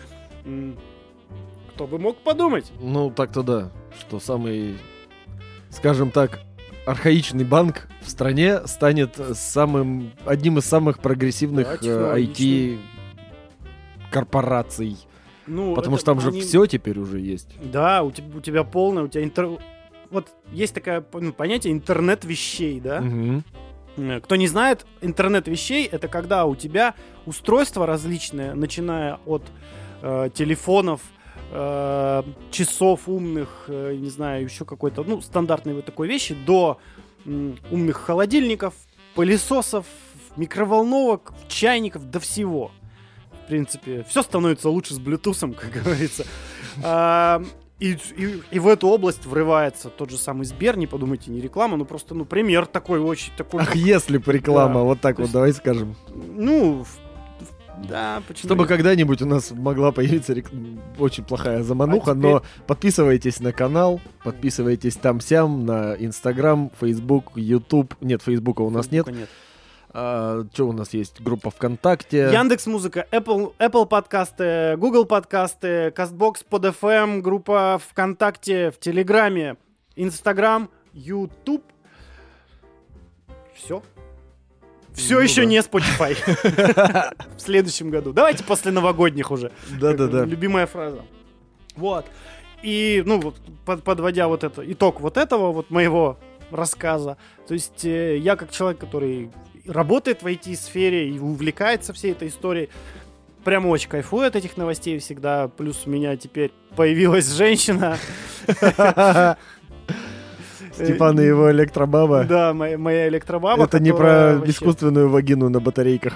Кто бы мог подумать? Ну, так-то да, что самый, скажем так, архаичный банк в стране станет одним из самых прогрессивных IT-корпораций. Ну, потому что там же все теперь уже есть. Да, у тебя полное, у тебя вот есть такое понятие интернет вещей, да? Кто не знает, интернет вещей — это когда у тебя устройства различные, начиная от телефонов, часов умных, не знаю, еще какой-то, ну, стандартной вот такой вещи, до умных холодильников, пылесосов, микроволновок, чайников, до всего. В принципе, все становится лучше с Bluetooth, как говорится. И в эту область врывается тот же самый Сбер, не подумайте, не реклама, но просто, ну, пример такой очень... такой. Ах, если бы реклама, да. Вот так вот, давай скажем. Ну, да, почему? Чтобы когда-нибудь у нас могла появиться очень плохая замануха, но подписывайтесь на канал, подписывайтесь там-сям, на Инстаграм, Фейсбук, Ютуб. Нет, Фейсбука у нас нет. Что у нас есть? Группа ВКонтакте. Яндекс.Музыка, Apple подкасты, Google подкасты, Castbox, PodFM, группа ВКонтакте, в Телеграме, Инстаграм, Ютуб. Все. Все еще не Spotify. В следующем году. Давайте после новогодних уже. Да-да-да. Любимая фраза. Вот. И, ну, вот, подводя вот это, итог вот этого вот моего рассказа. То есть я как человек, который работает в IT-сфере и увлекается всей этой историей, прямо очень кайфую от этих новостей всегда. Плюс у меня теперь появилась женщина. Степан и его электробаба. Да, моя электробаба. Это не про искусственную вагину на батарейках.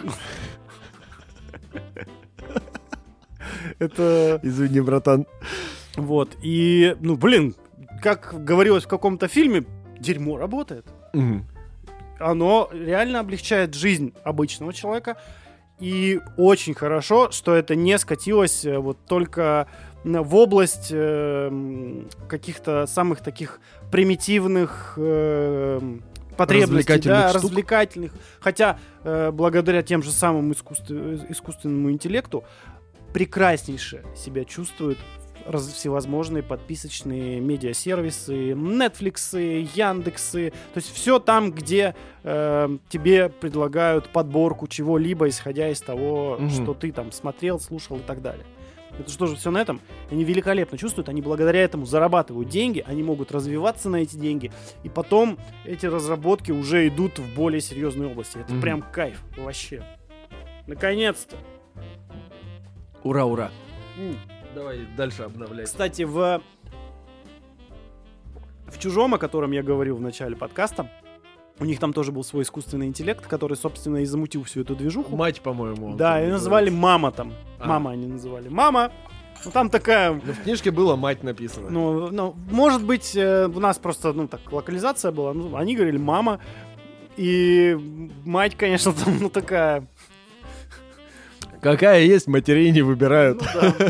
Это... Извини, братан. Вот. И, ну, блин, как говорилось в каком-то фильме, дерьмо работает. Оно реально облегчает жизнь обычного человека. И очень хорошо, что это не скатилось вот только в область каких-то самых таких примитивных потребностей, развлекательных. Хотя благодаря тем же самым искусственному интеллекту прекраснейше себя чувствуют всевозможные подписочные медиасервисы, Netflix, Яндексы, то есть все там, где тебе предлагают подборку чего-либо, исходя из того, что ты там смотрел, слушал и так далее. Это что же все на этом? Они великолепно чувствуют, они благодаря этому зарабатывают деньги, они могут развиваться на эти деньги, и потом эти разработки уже идут в более серьезные области. Это прям кайф вообще. Наконец-то. Ура, ура. Давай дальше обновлять. Кстати, в «Чужом», о котором я говорил в начале подкаста, у них там тоже был свой искусственный интеллект, который, собственно, и замутил всю эту движуху. Мать, по-моему. Да, и называли «Мама» там. Мама они называли. «Мама». Ну, там такая... Но в книжке было «Мать» написано. Ну, может быть, у нас просто, ну, так, локализация была. Ну, они говорили «Мама». И мать, конечно, там, ну, такая... Какая есть, матерей не выбирают. Ну, да.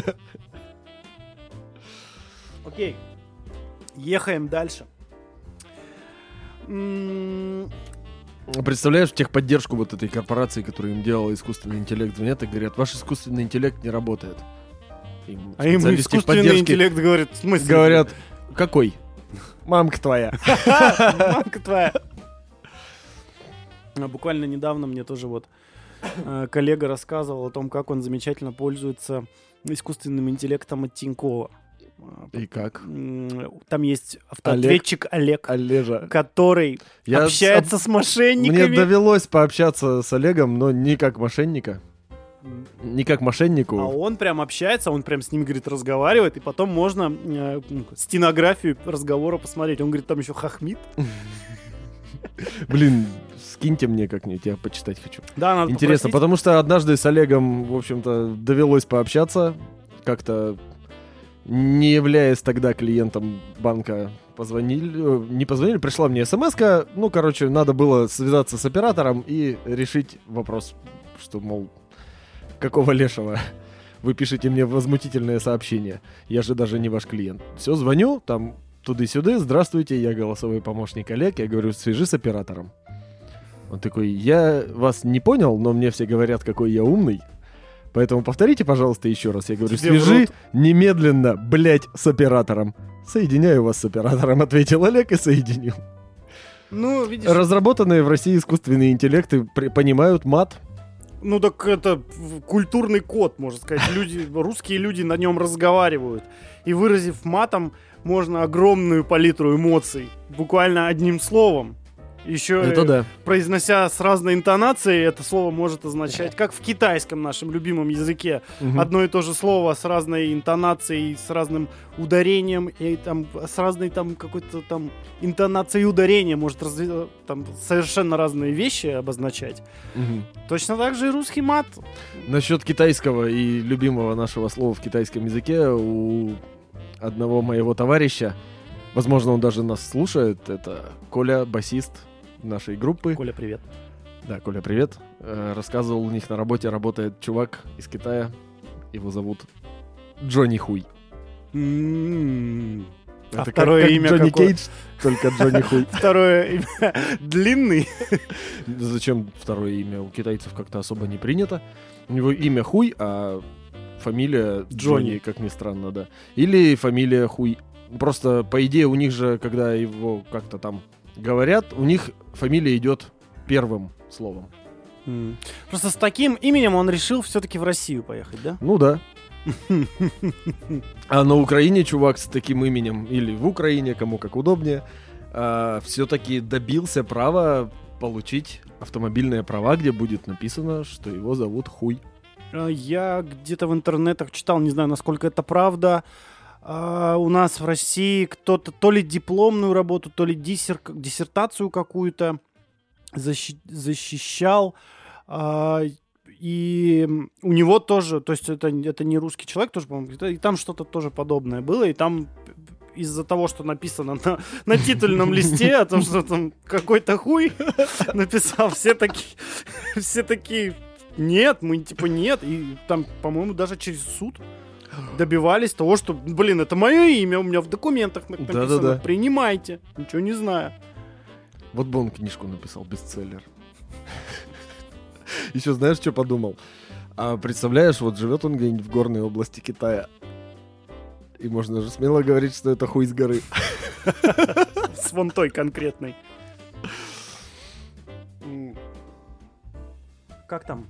Окей. Ехаем дальше. Представляешь, техподдержку вот этой корпорации, которая им делала искусственный интеллект, звонят и говорят, ваш искусственный интеллект не работает. Им искусственный интеллект говорит, в смысле? Говорят, какой? Мамка твоя. Мамка твоя. Буквально недавно мне тоже вот коллега рассказывал о том, как он замечательно пользуется искусственным интеллектом от Тинькова. И как? Там есть автоответчик Олег, Олежа. который Я общается с мошенниками. Мне довелось пообщаться с Олегом, но не как мошенника. Не как мошеннику. А он прям общается, он прям с ним, говорит, разговаривает, и потом можно стенографию разговора посмотреть. Он говорит, там еще хохмит. Блин, скиньте мне как-нибудь, я почитать хочу. Да, надо Интересно, попросить. потому что однажды с Олегом, в общем-то, довелось пообщаться. Как-то не являясь тогда клиентом банка, не позвонили, пришла мне смс-ка. Ну, короче, надо было связаться с оператором и решить вопрос, что, мол, какого лешего вы пишете мне возмутительное сообщение. Я же даже не ваш клиент. Все, звоню, там туды-сюды. Здравствуйте, я голосовой помощник Олег. Я говорю, свяжи с оператором. Он такой, я вас не понял, но мне все говорят, какой я умный. Поэтому повторите, пожалуйста, еще раз. Я говорю, Тебе свяжи врут. немедленно, блять, с оператором. Соединяю вас с оператором, ответил Олег и соединил. Ну, видишь, Разработанные в России искусственные интеллекты понимают мат. ну так это культурный код, можно сказать. Русские люди на нем разговаривают. И выразив матом, можно огромную палитру эмоций. Буквально одним словом. Еще Это да. произнося с разной интонацией, это слово может означать, как в китайском нашем любимом языке, Мгм. одно и то же слово с разной интонацией, с разным ударением, и там с разной там какой-то там интонацией ударения может там совершенно разные вещи обозначать. Мгм. Точно так же и русский мат. Насчет китайского и любимого нашего слова в китайском языке у одного моего товарища, возможно, он даже нас слушает, это Коля, басист нашей группы. Коля, привет. Да, Коля, привет. Рассказывал, у них на работе работает чувак из Китая. Его зовут Джонни Хуй. А Это второе как имя Джонни какое? Кейдж, только Джонни Хуй. Второе имя длинный. Зачем второе имя? У китайцев как-то особо не принято. У него имя Хуй, а фамилия Джонни, как ни странно, да. Или фамилия Хуй. Просто, по идее, у них же, когда его как-то там говорят, у них фамилия идет первым словом. Просто с таким именем он решил все-таки в Россию поехать, да? Ну да. А на Украине чувак с таким именем, или в Украине, кому как удобнее, все-таки добился права получить автомобильные права, где будет написано, что его зовут Хуй. Я где-то в интернетах читал, не знаю, насколько это правда. У нас в России кто-то то ли дипломную работу, то ли диссертацию какую-то защищал. И у него тоже, то есть это не русский человек, тоже, по-моему, и там что-то тоже подобное было, и там из-за того, что написано на титульном листе, о том, что там какой-то хуй написал, все такие, нет, мы типа нет, и там, по-моему, даже через суд добивались того, что, блин, это мое имя, у меня в документах написано, Да-да-да. принимайте, ничего не знаю. Вот бы он книжку написал, бестселлер. Еще знаешь, что подумал? А представляешь, вот живет он где-нибудь в горной области Китая. И можно же смело говорить, что это хуй с горы. С вон той конкретной. Как там?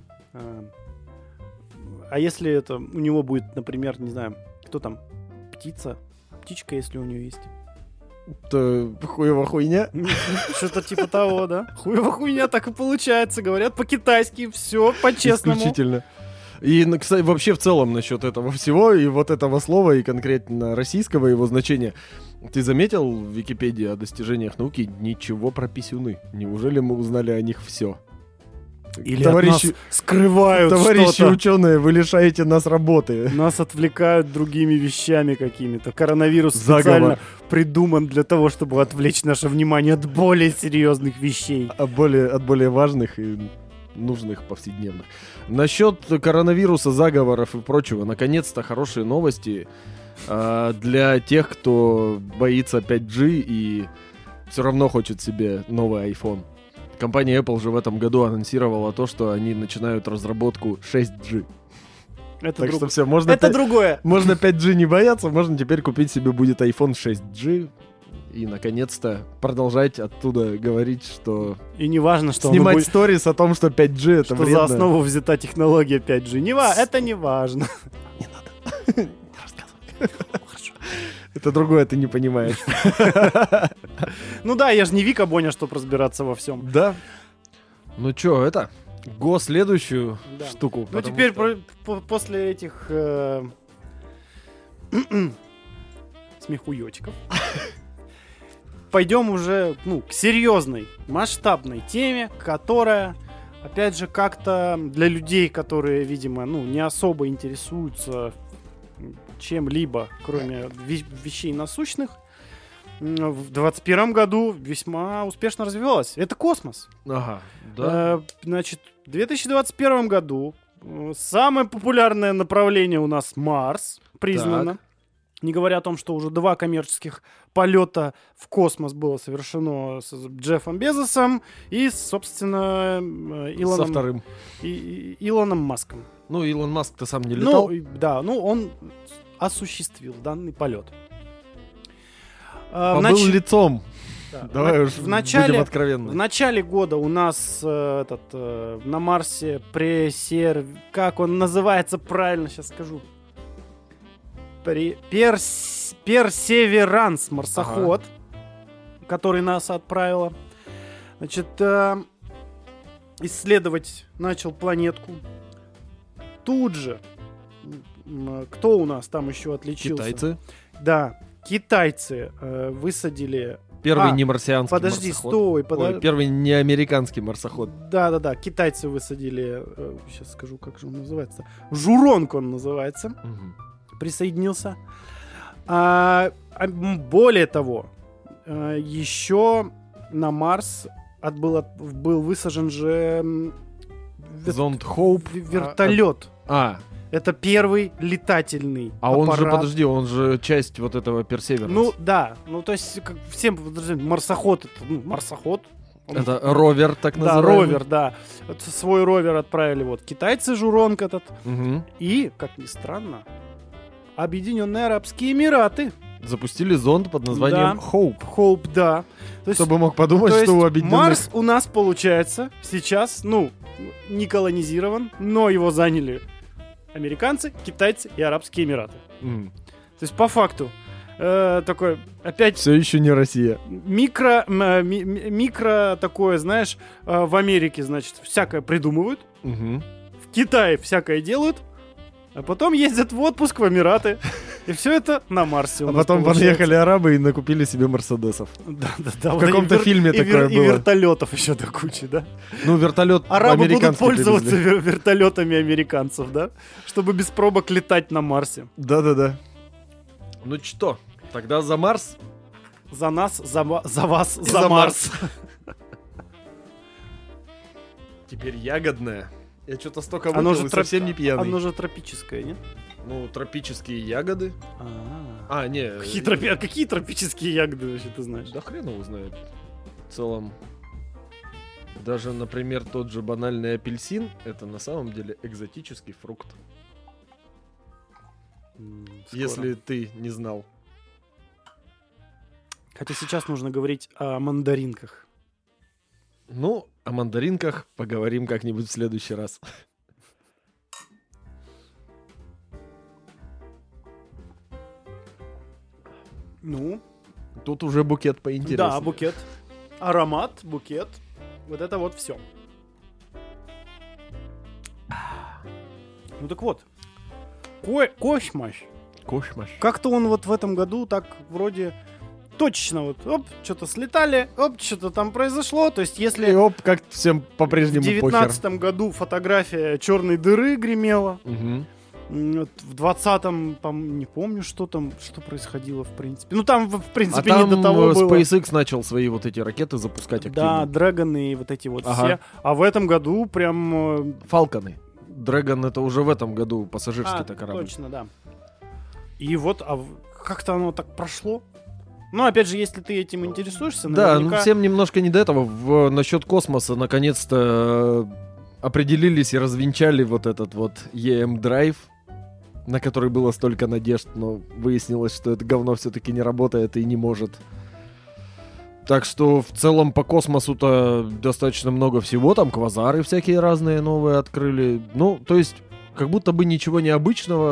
А если это у него будет, например, не знаю, кто там? Птица? Птичка, если у нее есть. Это хуева хуйня. Что-то типа того, да? Хуева хуйня, так и получается. Говорят по-китайски, все по-честному. Исключительно. И, кстати, вообще в целом насчет этого всего, и вот этого слова, и конкретно российского его значения. Ты заметил в Википедии о достижениях науки ничего про писюны? Неужели мы узнали о них все? Или от нас скрывают товарищи что-то. ученые, вы лишаете нас работы. Нас отвлекают другими вещами какими-то. Коронавирус Заговор. специально придуман для того, чтобы отвлечь наше внимание от более серьезных вещей. От более важных и нужных повседневных. Насчет коронавируса, заговоров и прочего, наконец-то хорошие новости для тех, кто боится 5G и все равно хочет себе новый iPhone. Компания Apple же в этом году анонсировала то, что они начинают разработку 6G. Это, Так что все, можно, это другое. можно 5G не бояться, можно теперь купить себе будет iPhone 6G и, наконец-то, продолжать оттуда говорить, что... И не важно, что оно Снимать будет, сторис о том, что 5G это что вредно. за основу взята технология 5G. Это не важно. Не надо. Не рассказывай. Это другое ты не понимаешь. Ну да, я же не Вика Боня, чтобы разбираться во всем. Да. Ну чё, это? Следующую Да. штуку. Ну потому теперь что- после этих смехуёчков пойдем уже к серьезной, масштабной теме, которая, опять же, как-то для людей, которые, видимо, не особо интересуются чем-либо, кроме вещей насущных, в 2021 году весьма успешно развивалась. Это космос. Ага, да. Значит, в 2021 году самое популярное направление у нас Марс признано. Так. Не говоря о том, что уже 2 коммерческих полета в космос было совершено с Джеффом Безосом и, собственно, Со вторым. Илоном Маском. Ну, Илон Маск-то сам не летал. Он осуществил данный полет. Побыл лицом. Да. Давай уж в начале, будем в откровенны. начале года у нас на Марсе как он называется правильно, сейчас скажу. Персеверанс марсоход, который НАСА отправила. Значит, исследовать начал планетку. Тут же, кто у нас там еще отличился? Китайцы. Да, китайцы высадили... Первый не марсианский Подожди, марсоход. стой, Ой, первый не американский марсоход. Да, китайцы высадили, сейчас скажу, как же он называется. Журонг он называется. Мгм. Присоединился. Более того, еще на Марс был высажен же Зонд Хоуп. вертолет. Это первый летательный Он же, аппарат. подожди, он же часть вот этого Персеверанс. Ну да, то есть как всем марсоход, это марсоход. Он- Это ровер, так Да, называемый. ровер, да. Вот свой ровер отправили китайцы, Журонг этот. Мгм. И, как ни странно, Объединенные Арабские Эмираты. Запустили зонд под названием Да. Хоуп. Хоуп, да. То есть, Кто бы мог подумать, то есть что у объединенных... Марс у нас, получается, сейчас, не колонизирован, но его заняли американцы, китайцы и Арабские Эмираты. То есть, по факту, такой, опять Все еще не Россия. микро такое, знаешь, в Америке, значит, всякое придумывают, Мгм. в Китае всякое делают, а потом ездят в отпуск в Эмираты. И все это на Марсе у А нас потом получается. подъехали арабы и накупили себе мерседесов. Да. В каком-то фильме такое И было. вертолетов еще до кучи, да? Ну, вертолет Арабы будут американский пользоваться привезли. вертолетами американцев, да? Чтобы без пробок летать на Марсе. Да. Ну что, тогда за Марс? За нас, за вас, И за Марс. Теперь ягодное. Я что-то столько Оно выпил же и совсем не пьяный. Оно же тропическое, нет? Ну, тропические ягоды. Не. Какие тропические ягоды вообще ты знаешь? Да хрен его знает. В целом, даже, например, тот же банальный апельсин, это на самом деле экзотический фрукт. Скоро. Если ты не знал. Хотя сейчас нужно говорить о мандаринках. Ну, о мандаринках поговорим как-нибудь в следующий раз. Ну, Тут уже букет поинтереснее. да, букет. Аромат, букет. Вот это вот все. Ну так вот. Кошмаш. Кошмаш. Как-то он в этом году так вроде точно что-то слетали, что-то там произошло. То есть И если оп, как всем в по-прежнему похер. 2019 году фотография черной дыры гремела, Мгм. в 20-м, не помню, что происходило, в принципе. Ну, там, в принципе, А там не до того было. SpaceX начал свои вот эти ракеты запускать Да, активно. драгоны и вот эти вот Ага. все. А в этом году прям... Фалконы. Dragon это уже в этом году пассажирский-то корабль. точно, да. И вот, как-то оно так прошло. Ну, опять же, если ты этим интересуешься, Да, наверняка... ну всем немножко не до этого. Насчет космоса наконец-то определились и развенчали вот этот вот EM-драйв, на который было столько надежд, но выяснилось, что это говно все-таки не работает и не может. Так что в целом по космосу-то достаточно много всего, там квазары всякие разные новые открыли. Ну, то есть, как будто бы ничего необычного,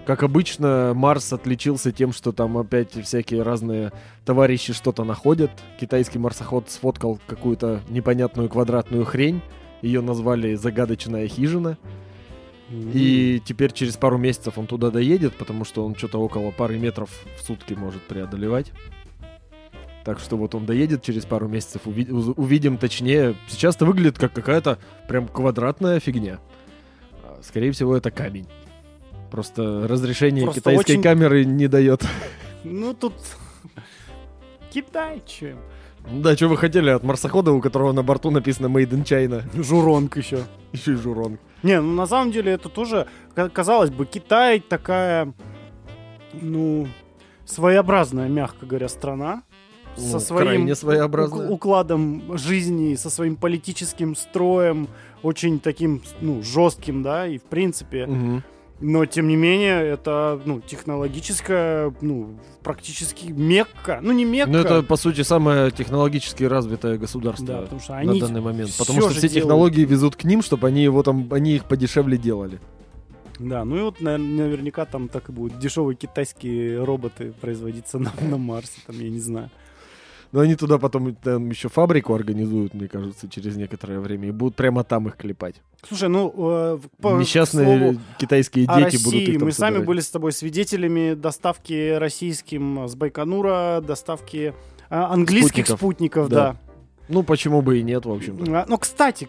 Как обычно, Марс отличился тем, что там опять всякие разные товарищи что-то находят. Китайский марсоход сфоткал какую-то непонятную квадратную хрень. Ее назвали «Загадочная хижина». И теперь через пару месяцев он туда доедет, потому что он что-то около пары метров в сутки может преодолевать. Так что вот он доедет через пару месяцев, увидим точнее. Сейчас это выглядит как какая-то прям квадратная фигня. Скорее всего, это камень. Просто разрешение Просто китайской очень- камеры не дает. Ну, тут... Китай, че? Да, что вы хотели от марсохода, у которого на борту написано «Made in China». Журонг еще. Еще и журонг. Не, ну на самом деле это тоже, казалось бы, Китай такая, ну, своеобразная, мягко говоря, страна. Со Ну, своим крайне своеобразная. укладом жизни, со своим политическим строем, очень таким, ну, жестким, да, и в принципе. Мгм. Но, тем не менее, это, ну, технологическая, ну, практически Мекка. Ну, не Мекка. Ну, это, по сути, самое технологически развитое государство Да, потому что на они данный момент. всё Потому что же все делают. технологии везут к ним, чтобы они их подешевле делали. Да, ну и вот наверняка там так и будут дешевые китайские роботы производиться на Марсе, там, я не знаю. Но они туда потом там еще фабрику организуют, мне кажется, через некоторое время. И будут прямо там их клепать. Слушай, ну, к Несчастные слову, китайские о дети будут России. их там Мы сами собирать. были с тобой свидетелями доставки российским с Байконура, доставки английских спутников, Да. да. Ну, почему бы и нет, в общем-то. Ну, кстати,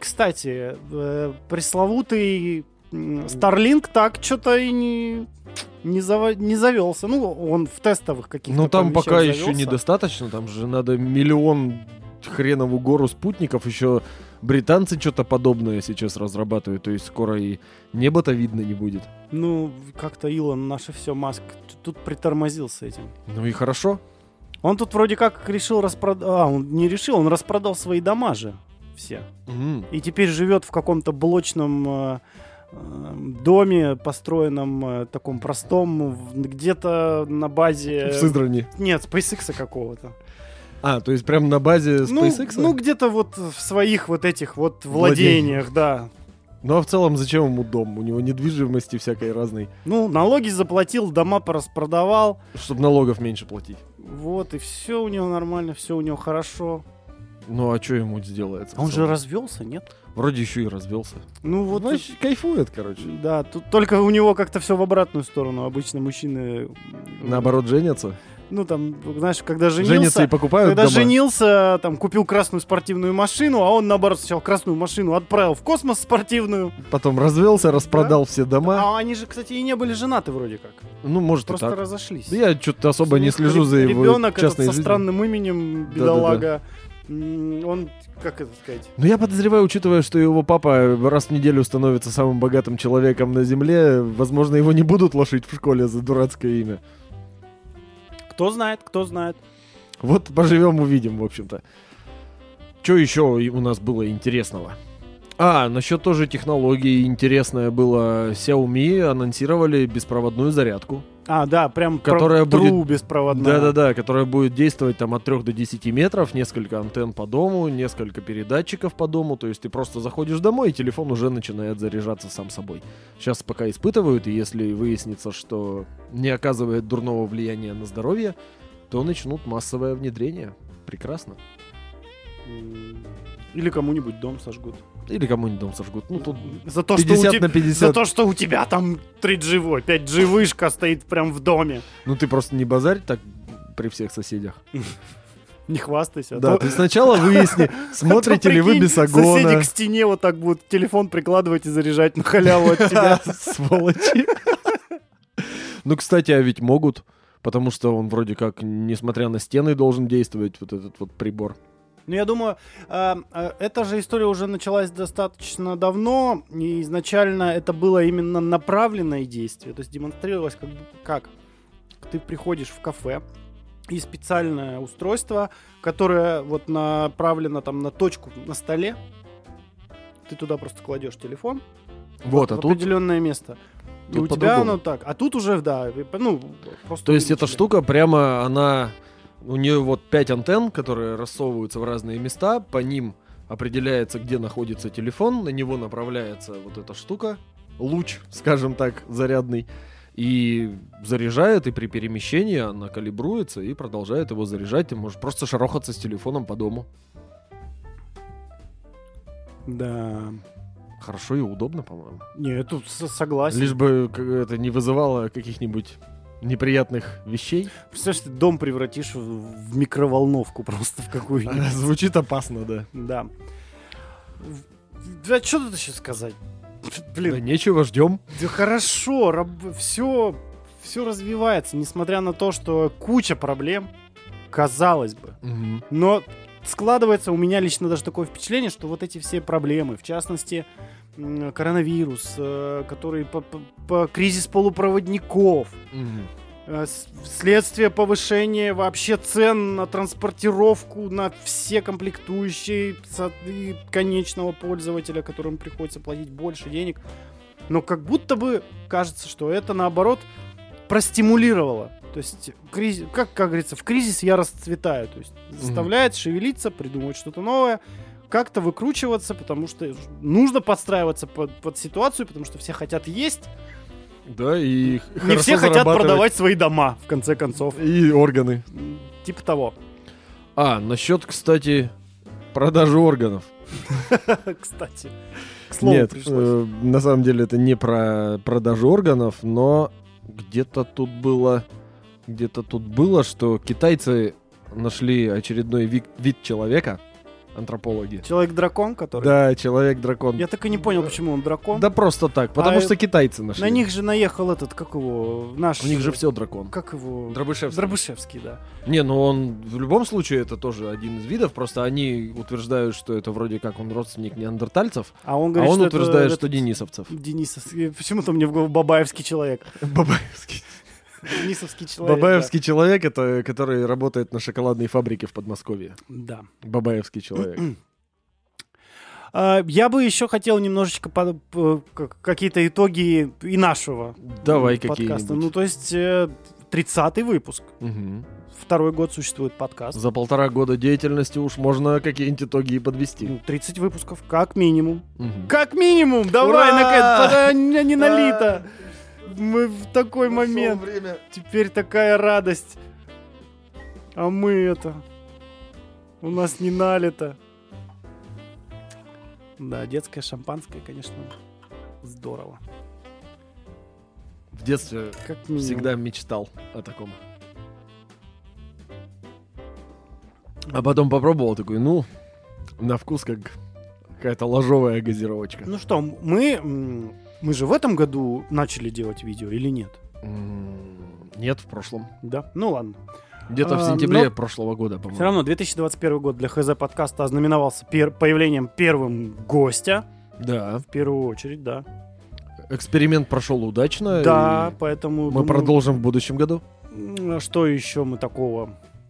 пресловутый Starlink так что-то и не завелся. Ну, он в тестовых каких-то Ну, там вещах пока еще завелся. недостаточно. Там же надо миллион хреновую гору спутников. Еще британцы что-то подобное сейчас разрабатывают. То есть скоро и небо-то видно не будет. Ну, как-то Илон, наше все, Маск, тут притормозил с этим. Ну и хорошо. Он тут вроде как решил распродать... он не решил, он распродал свои дома же все. И теперь живет в каком-то блочном доме, построенном таком простом, где-то на базе... В Сызрани. Нет, SpaceX какого-то. А, то есть прям на базе Ну, SpaceX? ну, где-то вот в своих вот этих вот владениях, да. Ну, а в целом зачем ему дом? У него недвижимости всякой разной. Ну, налоги заплатил, дома пораспродавал. Чтобы налогов меньше платить. Вот, и все у него нормально, все у него хорошо. Ну, а что ему сделается? А он же развелся, нет? Вроде еще и развелся. Ну, вот... Значит, кайфует, короче. Да, тут только у него как-то все в обратную сторону. Обычно мужчины... Наоборот, женятся. Ну, там, знаешь, когда женился... Женятся и покупают Когда дома. женился, там, купил красную спортивную машину, а он, наоборот, сначала красную машину отправил в космос спортивную. Потом развелся, распродал все дома. А они же, кстати, и не были женаты вроде как. Ну, может, Просто и так. разошлись. Да я что-то особо не слежу за его Ребенок этот частной со жизнью. странным именем, Да-да-да. бедолага. Он, как это сказать... Ну, я подозреваю, учитывая, что его папа раз в неделю становится самым богатым человеком на Земле, возможно, его не будут лошить в школе за дурацкое имя. Кто знает, кто знает. Вот поживем, увидим, в общем-то. Что еще у нас было интересного? Насчет тоже технологий интересное было. Xiaomi анонсировали беспроводную зарядку. Да, прям Которая тру будет- беспроводная. Да-да-да, которая будет действовать там от 3 до 10 метров, несколько антенн по дому, несколько передатчиков по дому. То есть ты просто заходишь домой, и телефон уже начинает заряжаться сам собой. Сейчас пока испытывают, и если выяснится, что не оказывает дурного влияния на здоровье, то начнут массовое внедрение. Прекрасно. Или кому-нибудь дом сожгут. Или кому-нибудь дом сожгут. Ну, тут За то, что 50 у тебя, на 50. за то, что у тебя там 3G, 5G вышка стоит прям в доме. Ну, ты просто не базарь так при всех соседях. Не хвастайся. а Да, то- ты сначала выясни, смотрите ли вы прикинь, Бесогона. Соседи к стене вот так будут телефон прикладывать и заряжать на халяву от тебя. Сволочи. Ну, кстати, а ведь могут, потому что он вроде как, несмотря на стены, должен действовать, вот этот вот прибор. Ну, я думаю, эта же история уже началась достаточно давно, и изначально это было именно направленное действие, то есть демонстрировалось как ты приходишь в кафе, и специальное устройство, которое вот направлено там на точку на столе, ты туда просто кладешь телефон Вот, в а тут... определенное место. И тут у тебя по-другому. оно так. А тут уже, да, ну, просто... То есть эта увеличили. штука прямо, она... У нее вот 5 антенн, которые рассовываются в разные места, по ним определяется, где находится телефон, на него направляется вот эта штука, луч, скажем так, зарядный, И заряжает, и при перемещении она калибруется и продолжает его заряжать. Ты можешь просто шарохаться с телефоном по дому. Да. Хорошо и удобно, по-моему. Не, я тут согласен. Лишь бы это не вызывало каких-нибудь неприятных вещей. Представляешь, ты дом превратишь в микроволновку просто в какую-нибудь. Звучит опасно, да. Да. Да что тут еще сказать? Блин, Да нечего, ждем. да хорошо, все развивается, несмотря на то, что куча проблем, казалось бы. Но складывается у меня лично даже такое впечатление, что вот эти все проблемы, в частности, коронавирус, который кризис полупроводников, следствие повышения вообще цен на транспортировку, на все комплектующие и конечного пользователя, которому приходится платить больше денег. Но как будто бы кажется, что это наоборот простимулировало. То есть, как говорится, в кризис я расцветаю. То есть заставляет шевелиться, придумывать что-то новое, как-то выкручиваться, потому что нужно подстраиваться под ситуацию, потому что все хотят есть. Да, и Не все хотят продавать свои дома, в конце концов. И органы. Типа того. Насчет, кстати, продажи органов. Кстати, к слову Нет, пришлось. на самом деле это не про продажу органов, но где-то тут было, что китайцы нашли очередной вид человека, антропологи. Человек-дракон, который... Да, человек-дракон. Я так и не понял, почему он дракон. Да просто так, потому что китайцы нашли. На них же наехал этот, как его, наш... У них же все дракон. Как его? Дробышевский. Дробышевский, да. Не, ну он в любом случае это тоже один из видов, просто они утверждают, что это вроде как он родственник неандертальцев, А он говорит, что утверждает, это что денисовцев. Денисовский. Почему-то мне в голову Бабаевский человек. Бабаевский. Денисовский человек. Бабаевский человек, это который работает на шоколадной фабрике в Подмосковье. Да. Бабаевский человек. Я бы еще хотел немножечко какие-то итоги и нашего Давай подкаста. какие-нибудь. Ну, то есть 30-й выпуск. Мгм. Второй год существует подкаст. За 1,5 года деятельности уж можно какие-нибудь итоги и подвести. Ну, 30 выпусков, как минимум. Мгм. Как минимум! Давай, Ура! наконец-то! Не налито! Мы в такой момент. время. Теперь такая радость. А мы это... У нас не налито. Да, детское шампанское, конечно, здорово. В детстве Как минимум. всегда мечтал о таком. А потом попробовал такой, на вкус как какая-то ложовая газировочка. Ну что, мы же в этом году начали делать видео или нет? Нет, в прошлом. Да? Ну ладно. Где-то в сентябре прошлого года, по-моему. Все равно 2021 год для ХЗ подкаста ознаменовался появлением первым гостя. Да. В первую очередь, да. Эксперимент прошел удачно. Да, и поэтому... мы думаю, продолжим в будущем году. Что еще мы такого,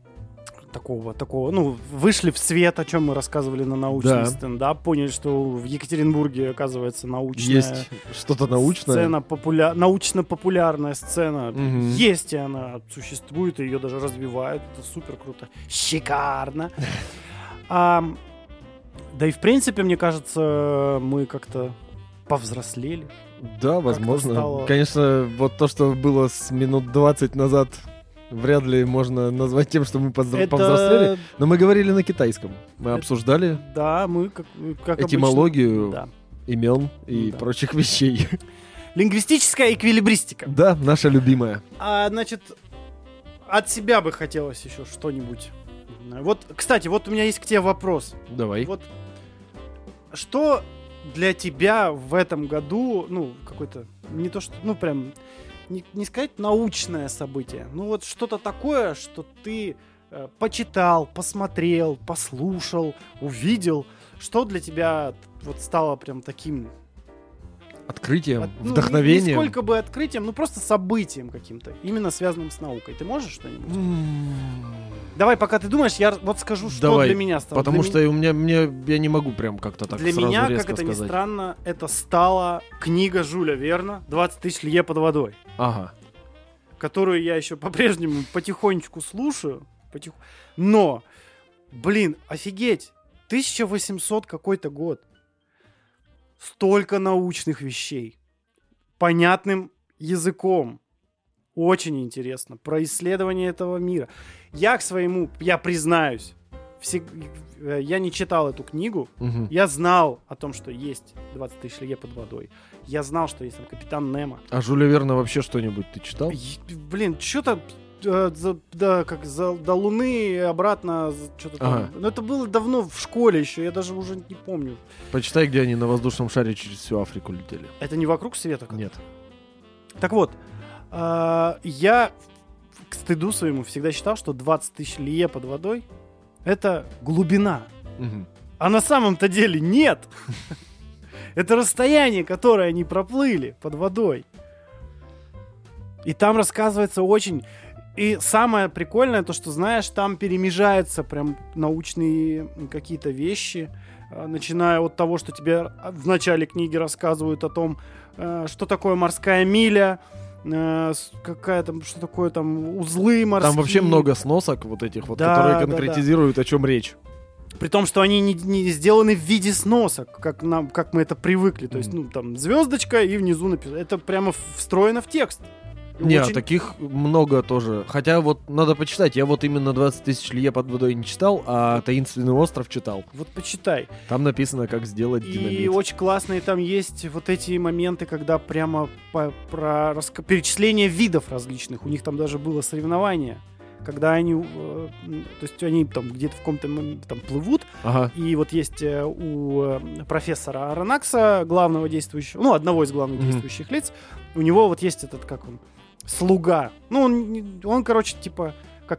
вышли в свет, о чем мы рассказывали на научный Да. стендап, поняли, что в Екатеринбурге, оказывается, научная Есть что-то научное. сцена, научно-популярная сцена. Мгм. Есть, и она существует, и ее даже развивают. Это супер круто. Шикарно. Да и, в принципе, мне кажется, мы как-то повзрослели. Да, возможно. стало- Конечно, вот то, что было с минут 20 назад, вряд ли можно назвать тем, что мы повзрослели. Но мы говорили на китайском. Мы Это- обсуждали Да, мы как этимологию обычно, да. имен и Да. прочих вещей. Лингвистическая эквилибристика. Да, наша любимая. Значит, от себя бы хотелось еще что-нибудь. Вот, кстати, вот у меня есть к тебе вопрос. Давай. Вот что для тебя в этом году, какой-то, не то что, прям, не сказать научное событие, вот что-то такое, что ты почитал, посмотрел, послушал, увидел, что для тебя вот стало прям таким... Открытием, Не вдохновением. сколько бы открытием, просто событием каким-то, именно связанным с наукой. Ты можешь что-нибудь? Давай, пока ты думаешь, я вот скажу, что Давай, для меня стало. Потому Для что я не могу прям как-то так Для сразу меня, резко как это ни сказать. странно, это стала книга Жюля Верна «20 тысяч лье под водой», Ага. которую я еще по-прежнему потихонечку слушаю. Но, офигеть, 1800 какой-то год. Столько научных вещей. Понятным языком. Очень интересно. Про исследование этого мира. Я признаюсь, я не читал эту книгу. Мгм. Я знал о том, что есть 20 тысяч лье под водой. Я знал, что есть там Капитан Немо. А Жюля Верна вообще что-нибудь ты читал? Блин, что-то до Луны и обратно, что-то там. Ага. Но это было давно в школе еще, я даже уже не помню. Почитай, где они на воздушном шаре через всю Африку летели. Это не «Вокруг света»? Нет. Так вот, я к стыду своему всегда считал, что 20 тысяч лье под водой — это глубина. Мгм. А на самом-то деле нет. Это расстояние, которое они проплыли под водой. И там рассказывается очень... И самое прикольное, то, что, знаешь, там перемежаются прям научные какие-то вещи, начиная от того, что тебе в начале книги рассказывают о том, что такое морская миля, какая там, что такое там узлы морские. Там вообще много сносок вот этих вот, Да, которые да, конкретизируют, о чем речь. При том, что они не сделаны в виде сносок, как мы это привыкли. То есть, ну, там, звездочка и внизу написано. Это прямо встроено в текст. И Не, очень- таких много тоже. Хотя вот надо почитать. Я вот именно 20 тысяч лье под водой не читал, а «Таинственный остров» читал. Вот почитай. Там написано, как сделать И динамит. очень классные там есть вот эти моменты, когда прямо перечисление видов различных. У них там даже было соревнование. Когда они, то есть они там где-то в каком-то там плывут, Ага. и вот есть у профессора Аронакса, главного действующего, ну, одного из главных Мгм. действующих лиц, у него вот есть этот, как он, слуга. Ну, он короче, типа,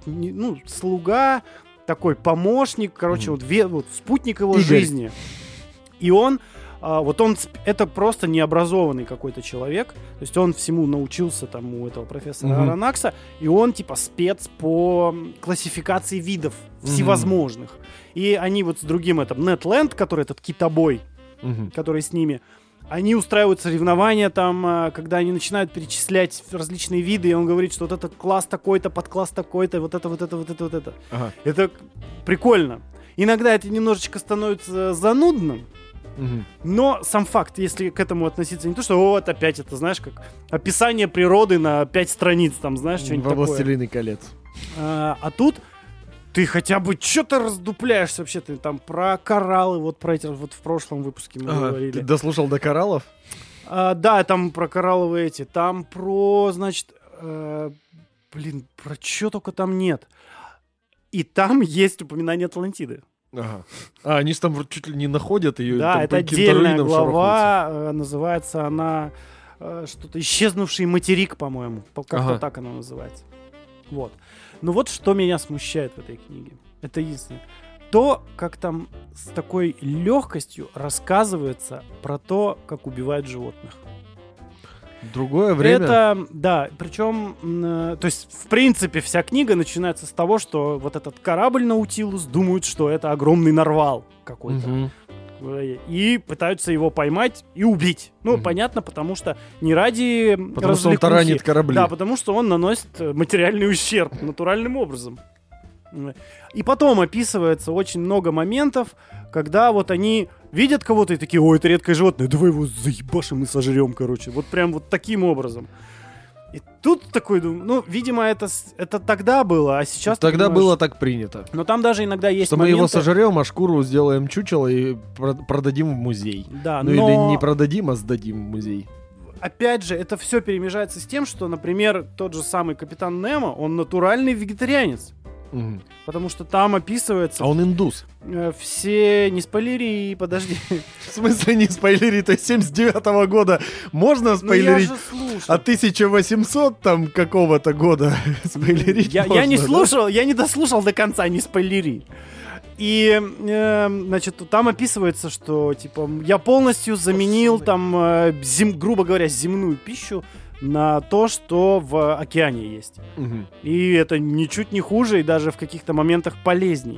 слуга, такой помощник, короче, Мгм. вот спутник его Игорь. жизни. И он, это просто необразованный какой-то человек, то есть он всему научился там у этого профессора Мгм. Аронакса, и он типа спец по классификации видов всевозможных. И они вот с другим Нетленд, который этот китобой, Мгм. который с ними, они устраивают соревнования там, когда они начинают перечислять различные виды, и он говорит, что вот этот класс такой-то, подкласс такой-то, вот это. Ага. Это прикольно. Иногда это немножечко становится занудным, Мгм. но сам факт, если к этому относиться, не то, что вот опять это, знаешь, как описание природы на 5 страниц, там, знаешь, что-нибудь Во такое. «Властелине колец». А тут ты хотя бы что-то раздупляешься вообще, ты там про кораллы, вот про эти, вот в прошлом выпуске мы Ага. говорили. Ты дослушал до кораллов? Да, там про коралловые эти, там про, значит, про что только там нет. И там есть упоминание Атлантиды. Ага. А, они же там вот чуть ли не находят ее. Да, там это по каким-то отдельная руинам глава, называется она что-то «Исчезнувший материк», по-моему. Как-то Ага. так она называется. Вот. Ну вот что меня смущает в этой книге. Это единственное. То, как там с такой легкостью рассказывается про то, как убивают животных. шарахаются. Другое время. Это, да, причем, то есть, в принципе, вся книга начинается с того, что вот этот корабль Наутилус думают, что это огромный нарвал какой-то. Мгм. И пытаются его поймать и убить. Ну, Мгм. понятно, потому что не ради Потому что он развлекухи. таранит корабли. Да, потому что он наносит материальный ущерб натуральным образом. И потом описывается очень много моментов, когда вот они видят кого-то и такие: ой, это редкое животное, давай его заебашим и сожрем, короче. Вот прям вот таким образом. И тут такой, думаю, ну, видимо, это тогда было, а сейчас... ты Тогда понимаешь, было так принято. Но там даже иногда есть Что мы его моменты... сожрем, а шкуру сделаем чучело и продадим в музей. Да, Ну но... или не продадим, а сдадим в музей. Опять же, это все перемежается с тем, что, например, тот же самый Капитан Немо, он натуральный вегетарианец. Мгм. Потому что там описывается А он индус. все... Не спойлери, подожди. В смысле не спойлерить? То есть 79-го года можно Ну я спойлерить? же слушал. А 1800 там какого-то года спойлерить Я можно, не да? слушал, я не дослушал до конца, не спойлери. И, значит, там описывается, что, типа, я полностью заменил там, грубо говоря, земную пищу на то, что в океане есть. Мгм. И это ничуть не хуже, и даже в каких-то моментах полезней.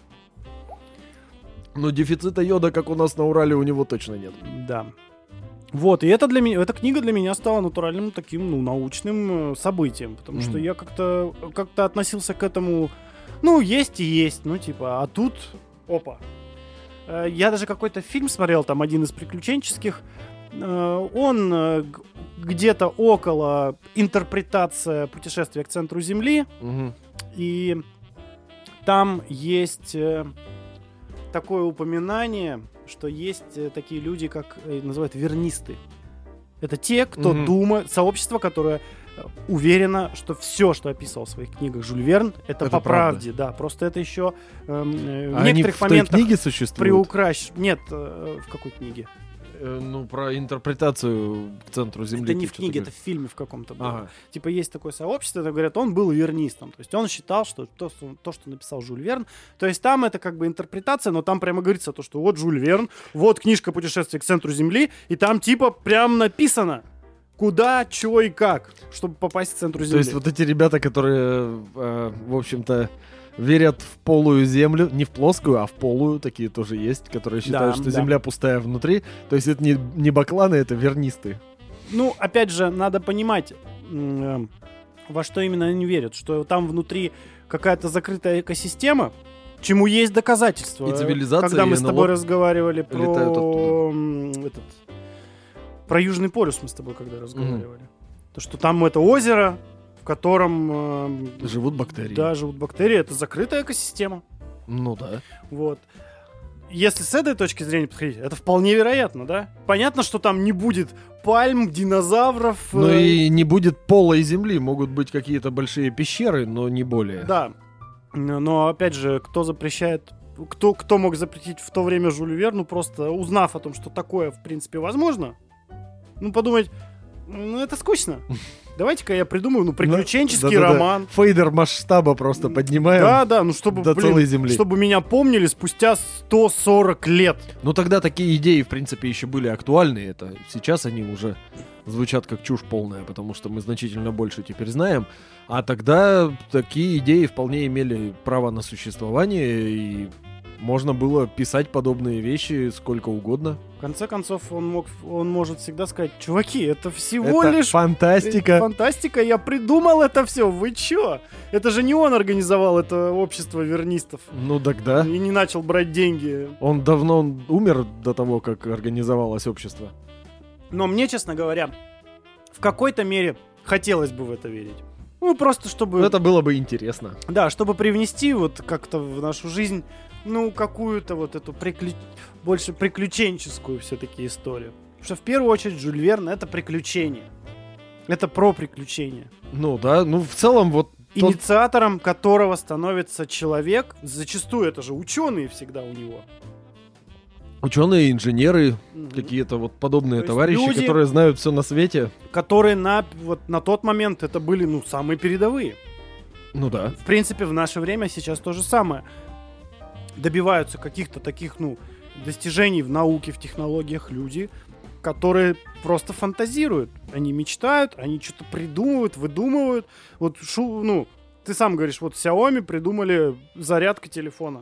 Но дефицита йода, как у нас на Урале, у него точно нет. Да. Вот, и это для меня, эта книга для меня стала натуральным таким, ну, научным событием, потому что Мгм. я как-то относился к этому, ну, есть и есть, ну, типа, а тут, опа. Я даже какой-то фильм смотрел, там, один из приключенческих, Он где-то около интерпретация путешествия к центру Земли. Мгм. И там есть такое упоминание, что есть такие люди, как называют вернисты. Это те, кто Мгм. думает, сообщество, которое уверено, что все, что описывал в своих книгах Жюль Верн, это по Это правда. правде. Да, просто это еще в А они некоторых в той моментах книге существуют? приукращ. Нет, в какой книге? Ну, про интерпретацию к центру Земли. Это не ты в что-то книге, это говоришь. в фильме в каком-то было. Ага. Типа есть такое сообщество, это говорят, он был вернистом. То есть он считал, что то, что написал Жюль Верн, то есть там это как бы интерпретация, но там прямо говорится то, что вот Жюль Верн, вот книжка «Путешествие к центру Земли», и там типа прям написано, куда, чего и как, чтобы попасть к центру Земли. То есть вот эти ребята, которые, в общем-то, верят в полую землю, не в плоскую, а в полую, такие тоже есть, которые считают, Да, что да. земля пустая внутри. То есть это не бакланы, это вернисты. Ну, опять же, надо понимать, во что именно они верят. Что там внутри какая-то закрытая экосистема, чему есть доказательства. И цивилизация, Когда и мы с НЛО тобой разговаривали летают про про Южный полюс мы с тобой когда разговаривали. То, что там это озеро, в котором Живут бактерии. да, живут бактерии, это закрытая экосистема. Ну да. Вот. Если с этой точки зрения подходить, это вполне вероятно, да? Понятно, что там не будет пальм, динозавров. Ну и не будет полой земли, могут быть какие-то большие пещеры, но не более. Да. Но опять же, кто запрещает... Кто мог запретить в то время Жюлю Верну, просто узнав о том, что такое в принципе возможно, ну подумать, ну это скучно. Давайте-ка я придумаю, приключенческий Да-да-да. роман. Фейдер масштаба просто поднимаем Да, ну чтобы, до целой земли. чтобы меня помнили спустя 140 лет. Ну тогда такие идеи, в принципе, еще были актуальны. Это сейчас они уже звучат как чушь полная, потому что мы значительно больше теперь знаем. А тогда такие идеи вполне имели право на существование, и можно было писать подобные вещи сколько угодно. В конце концов, он может всегда сказать: чуваки, это всего Это лишь фантастика. фантастика, я придумал это все, вы чё? Это же не он организовал это общество вернистов Ну тогда. и не начал брать деньги. Он давно умер до того, как организовалось общество. Но мне, честно говоря, в какой-то мере хотелось бы в это верить. Ну, просто чтобы... Это было бы интересно. Да, чтобы привнести вот как-то в нашу жизнь, ну, какую-то вот эту больше приключенческую все-таки историю. Потому что в первую очередь Жюль Верн — это приключение. Это про приключения. Ну да, ну в целом вот тот- Инициатором которого становится человек, зачастую это же ученые всегда у него. ученые, инженеры, Мгм. какие-то вот подобные То есть товарищи, люди- которые знают все на свете. Которые на тот момент это были, ну, самые передовые. Ну да. В принципе, в наше время сейчас то же самое. Добиваются каких-то таких, ну, достижений в науке, в технологиях люди, которые просто фантазируют. Они мечтают, они что-то придумывают, выдумывают. Вот, ты сам говоришь, вот Xiaomi придумали зарядка телефона.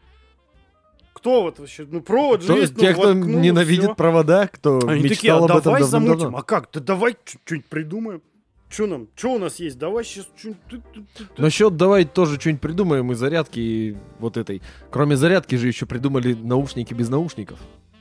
Кто вот вообще? Ну, провод же есть. Те, кто воткнул, ненавидит всё. провода, кто Они такие: мечтал а об этом давай замутим. давным-давно. А как? Да давай что-нибудь придумаем. Что у нас есть? Давай сейчас что-нибудь... Насчет давай тоже что-нибудь придумаем и зарядки и вот этой. Кроме зарядки же еще придумали наушники без наушников.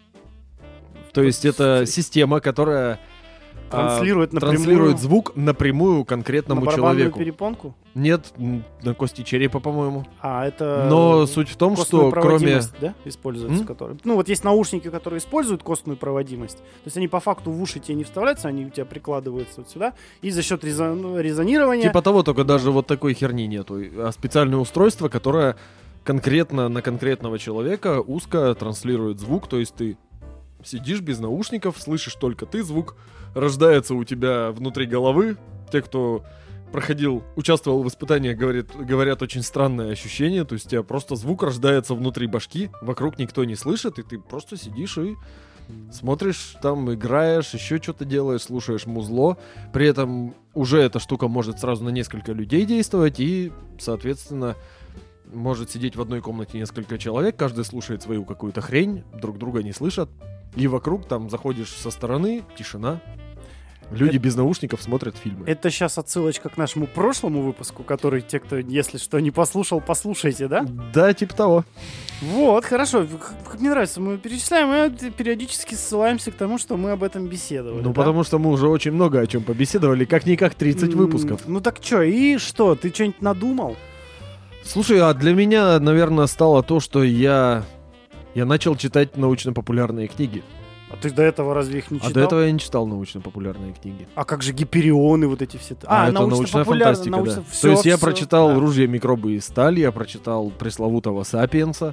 То есть это система, которая Транслирует напрямую транслирует звук напрямую на конкретному барабанную человеку. перепонку. Нет, на кости черепа, по-моему. А, это... Но суть в том, костную что кроме... проводимость, да, используется, М? которые... Ну, вот есть наушники, которые используют костную проводимость. То есть они по факту в уши тебе не вставляются, они у тебя прикладываются вот сюда. И за счет резонирования... Типа того, только даже вот такой херни нету. А специальное устройство, которое конкретно на конкретного человека узко транслирует звук. То есть ты сидишь без наушников, слышишь только ты звук, рождается у тебя внутри головы. Те, кто участвовал в испытаниях, говорят очень странное ощущение. То есть у тебя просто звук рождается внутри башки, вокруг никто не слышит, и ты просто сидишь и смотришь, там играешь, еще что-то делаешь, слушаешь музло. При этом уже эта штука может сразу на несколько людей действовать, и, соответственно, может сидеть в одной комнате несколько человек, каждый слушает свою какую-то хрень, друг друга не слышат. И вокруг там заходишь со стороны, тишина. Люди без наушников смотрят фильмы. Это сейчас отсылочка к нашему прошлому выпуску, который те, кто, если что, не послушал, послушайте, да? Да, типа того. Вот, хорошо. Как мне нравится, мы перечисляем и периодически ссылаемся к тому, что мы об этом беседовали. Ну, да? потому что мы уже очень много о чем побеседовали, как-никак 30 выпусков. Ну так что, и что, ты что-нибудь надумал? Слушай, а для меня, наверное, стало то, что я начал читать научно-популярные книги. А ты до этого разве их не читал? А до этого я не читал научно-популярные книги. А как же Гиперионы, вот эти все? Это научная фантастика, да. То есть я прочитал да. «Ружья, микробы и сталь», я прочитал пресловутого «Сапиенса».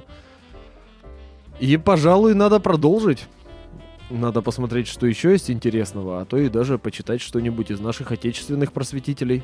И, пожалуй, надо продолжить. Надо посмотреть, что еще есть интересного, а то и даже почитать что-нибудь из наших отечественных просветителей.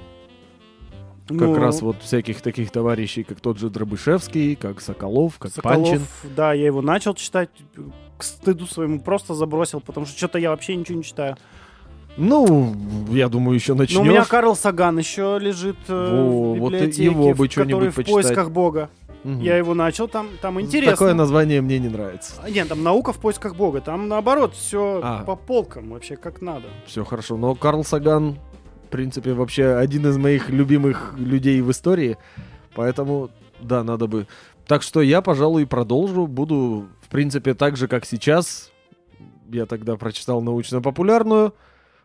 Как раз вот всяких таких товарищей, как тот же Дробышевский, как Соколов, как Панчин. Да, я его начал читать, к стыду своему просто забросил, потому что что-то я вообще ничего не читаю. Ну, я думаю, еще начнешь. Но у меня Карл Саган еще лежит в библиотеке, вот его бы который в поисках Бога. Угу. Я его начал, там интересно. Такое название мне не нравится. Нет, там наука в поисках Бога, там наоборот все по полкам вообще как надо. Все хорошо, но Карл Саган, в принципе, вообще один из моих любимых людей в истории, поэтому, да, надо бы. Так что я, пожалуй, продолжу, буду, в принципе, так же, как сейчас. Я тогда прочитал научно-популярную,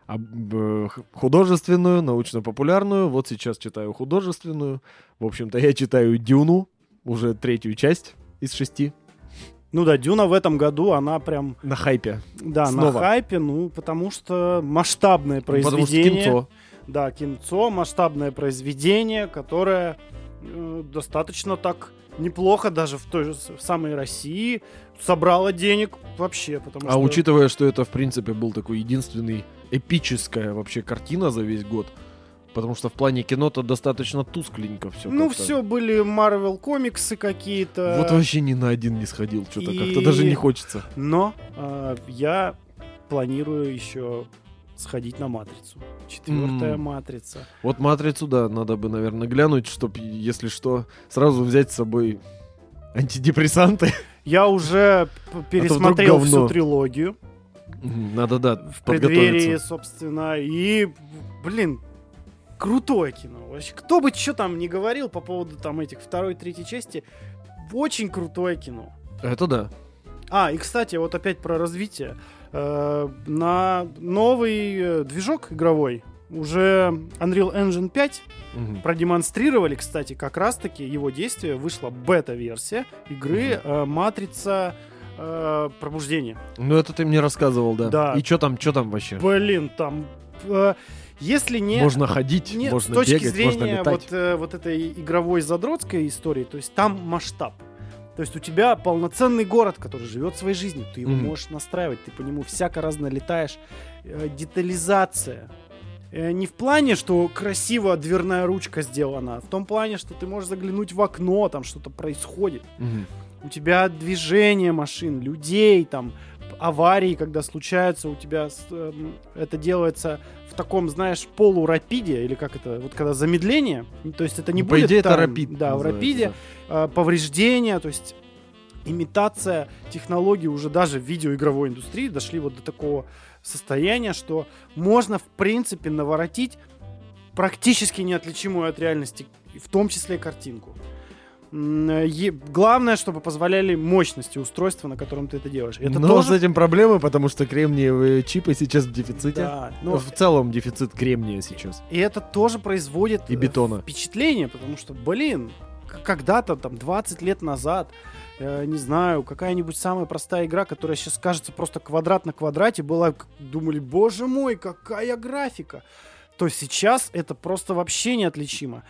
художественную, научно-популярную, вот сейчас читаю художественную. В общем-то, я читаю «Дюну», уже 3-ю часть из 6. Ну да, «Дюна» в этом году, она прям... На хайпе. Да, снова. На хайпе, ну, потому что масштабное произведение. Потому что кинцо. Да, кинцо, масштабное произведение, которое достаточно так неплохо даже в той же самой России собрало денег вообще. Потому что... учитывая, что это, в принципе, был такой единственный эпическая вообще картина за весь год, потому что в плане кино-то достаточно тускленько все. Ну, как-то. все были Marvel комиксы какие-то. Вот вообще ни на один не сходил, что-то как-то даже не хочется. Но я планирую еще сходить на «Матрицу». 4-я «Матрица». Вот «Матрицу», да, надо бы, наверное, глянуть, чтобы, если что, сразу взять с собой антидепрессанты. Я уже пересмотрел всю трилогию. Надо, да, в преддверии, собственно, и, блин, крутое кино. Вообще, кто бы что там ни говорил по поводу там этих 2-й, 3-й части, очень крутое кино. Это да. И, кстати, вот опять про развитие. На новый движок игровой уже Unreal Engine 5 продемонстрировали, кстати, как раз-таки его действие. Вышла бета-версия игры «Матрица. Пробуждение». Ну, это ты мне рассказывал, да. Да. И что там вообще? Блин, там... Если не... Можно ходить, не, можно с точки бегать, зрения можно летать. вот этой игровой задротской истории, то есть там масштаб. То есть у тебя полноценный город, который живет своей жизнью. Ты его можешь настраивать, ты по нему всяко разно летаешь. Детализация. Не в плане, что красиво дверная ручка сделана, а в том плане, что ты можешь заглянуть в окно, там что-то происходит. У тебя движение машин, людей, там аварии, когда случаются, у тебя это делается в таком, знаешь, полурапиде, или как это, вот когда замедление, то есть это не будет... По идее, это рапид. Да, в рапиде, повреждения, то есть имитация технологий уже даже в видеоигровой индустрии дошли вот до такого состояния, что можно, в принципе, наворотить практически неотличимую от реальности, в том числе картинку. Главное, чтобы позволяли мощности устройства, на котором ты это делаешь. Это но тоже... с этим проблемы, потому что кремниевые чипы сейчас в дефиците. Да, но... В целом дефицит кремния сейчас. И это тоже производит и бетона. Впечатление, потому что, блин, когда-то, там, 20 лет назад, не знаю, какая-нибудь самая простая игра, которая сейчас кажется просто квадрат на квадрате, была, думали, боже мой, какая графика. То сейчас это просто вообще неотличимо.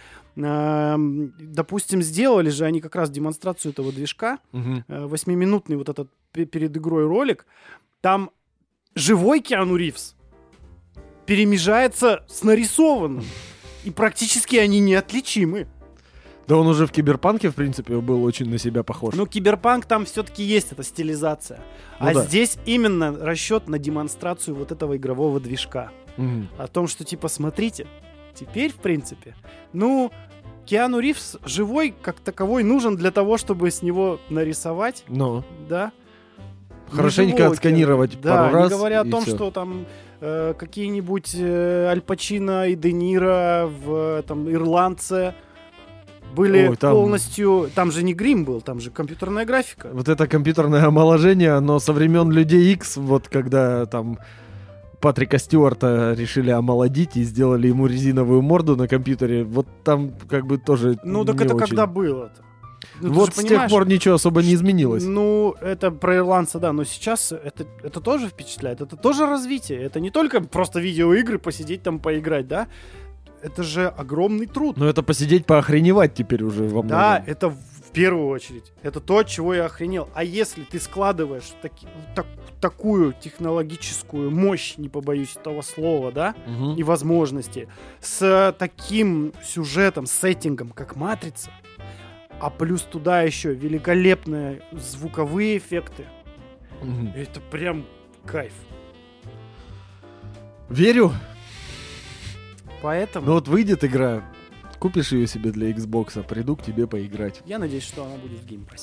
Допустим, сделали же они как раз демонстрацию этого движка, 8-минутный вот этот перед игрой ролик. Там живой Киану Ривз перемежается с нарисованным. И практически они неотличимы. Да он уже в Киберпанке, в принципе, был очень на себя похож. Ну, Киберпанк там все-таки есть эта стилизация. Ну, да. Здесь именно расчет на демонстрацию вот этого игрового движка. О том, что, типа, смотрите, теперь, в принципе, ну, Киану Ривз живой, как таковой, нужен для того, чтобы с него нарисовать. Но. Да. Хорошенько отсканировать пару раз. Не говоря о том, всё. что там какие-нибудь Аль Пачино и Де Ниро в там «Ирландце» были Ой, там- полностью... Там же не грим был, там же компьютерная графика. Вот это компьютерное омоложение, оно со времен Людей Икс, вот когда там Патрика Стюарта решили омолодить и сделали ему резиновую морду на компьютере, вот там как бы тоже Ну, так не это очень. когда было-то? Ну, ты Вот же с тех понимаешь, пор ничего особо не изменилось. Ну, это про ирландца, да, но сейчас это тоже впечатляет, это тоже развитие. Это не только просто видеоигры, посидеть там, поиграть, да? Это же огромный труд. Но это посидеть, поохреневать теперь уже во Да, многом. это в первую очередь. Это то, от чего я охренел. А если ты складываешь такую технологическую мощь, не побоюсь этого слова, да, Мгм. и возможности, с таким сюжетом, сеттингом, как «Матрица», а плюс туда еще великолепные звуковые эффекты, Мгм. это прям кайф. Верю. Поэтому Ну вот выйдет игра, купишь ее себе для Xbox, приду к тебе поиграть. я надеюсь, что она будет в геймпассе.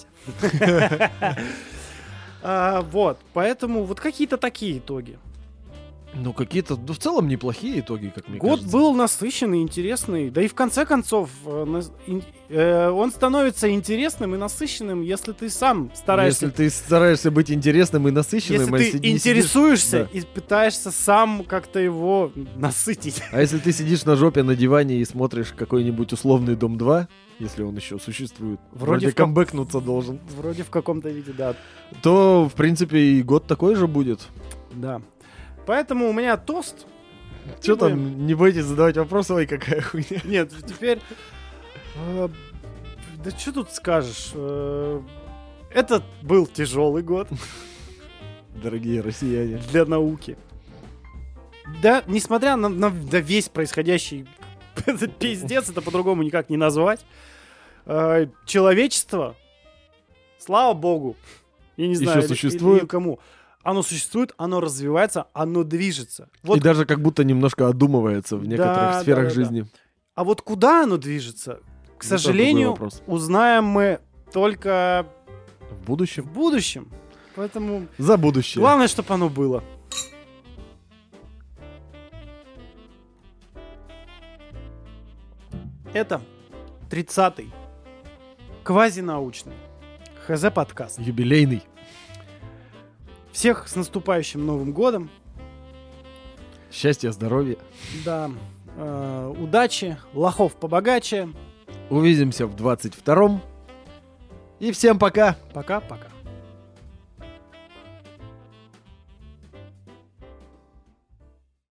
Вот, поэтому вот какие-то такие итоги. Ну какие-то, ну в целом неплохие итоги, как мне Год кажется. был насыщенный, интересный, да и в конце концов он становится интересным и насыщенным, если ты сам стараешься, Если ты стараешься быть интересным и насыщенным, если а ты не сидишь- интересуешься да. и пытаешься сам как-то его насытить. А если ты сидишь на жопе на диване и смотришь какой-нибудь условный Дом 2, если он еще существует, вроде в ком- камбэкнуться должен, Вроде в каком-то виде, да. то, в принципе, и год такой же будет. Да. Поэтому у меня тост. Че Будем- там, не бойтесь задавать вопросы, ой, какая хуйня. Нет, теперь... Да что тут скажешь? Это был тяжелый год Дорогие россияне. для науки. Да, несмотря на весь происходящий этот пиздец, это по-другому никак не назвать. Человечество, слава богу, я не Еще знаю, существует. или кому, оно существует, оно развивается, оно движется. Вот, И даже как будто немножко одумывается в некоторых Да, сферах да, да, жизни. а вот куда оно движется, к Это сожалению, другой вопрос. узнаем мы только В в будущем. будущем. Поэтому За будущее. главное, чтобы оно было. Это 30-й квазинаучный ХЗ-подкаст. Юбилейный. Всех с наступающим Новым годом. Счастья, здоровья. Да, удачи, лохов побогаче. Увидимся в 22-м. И всем пока. Пока-пока.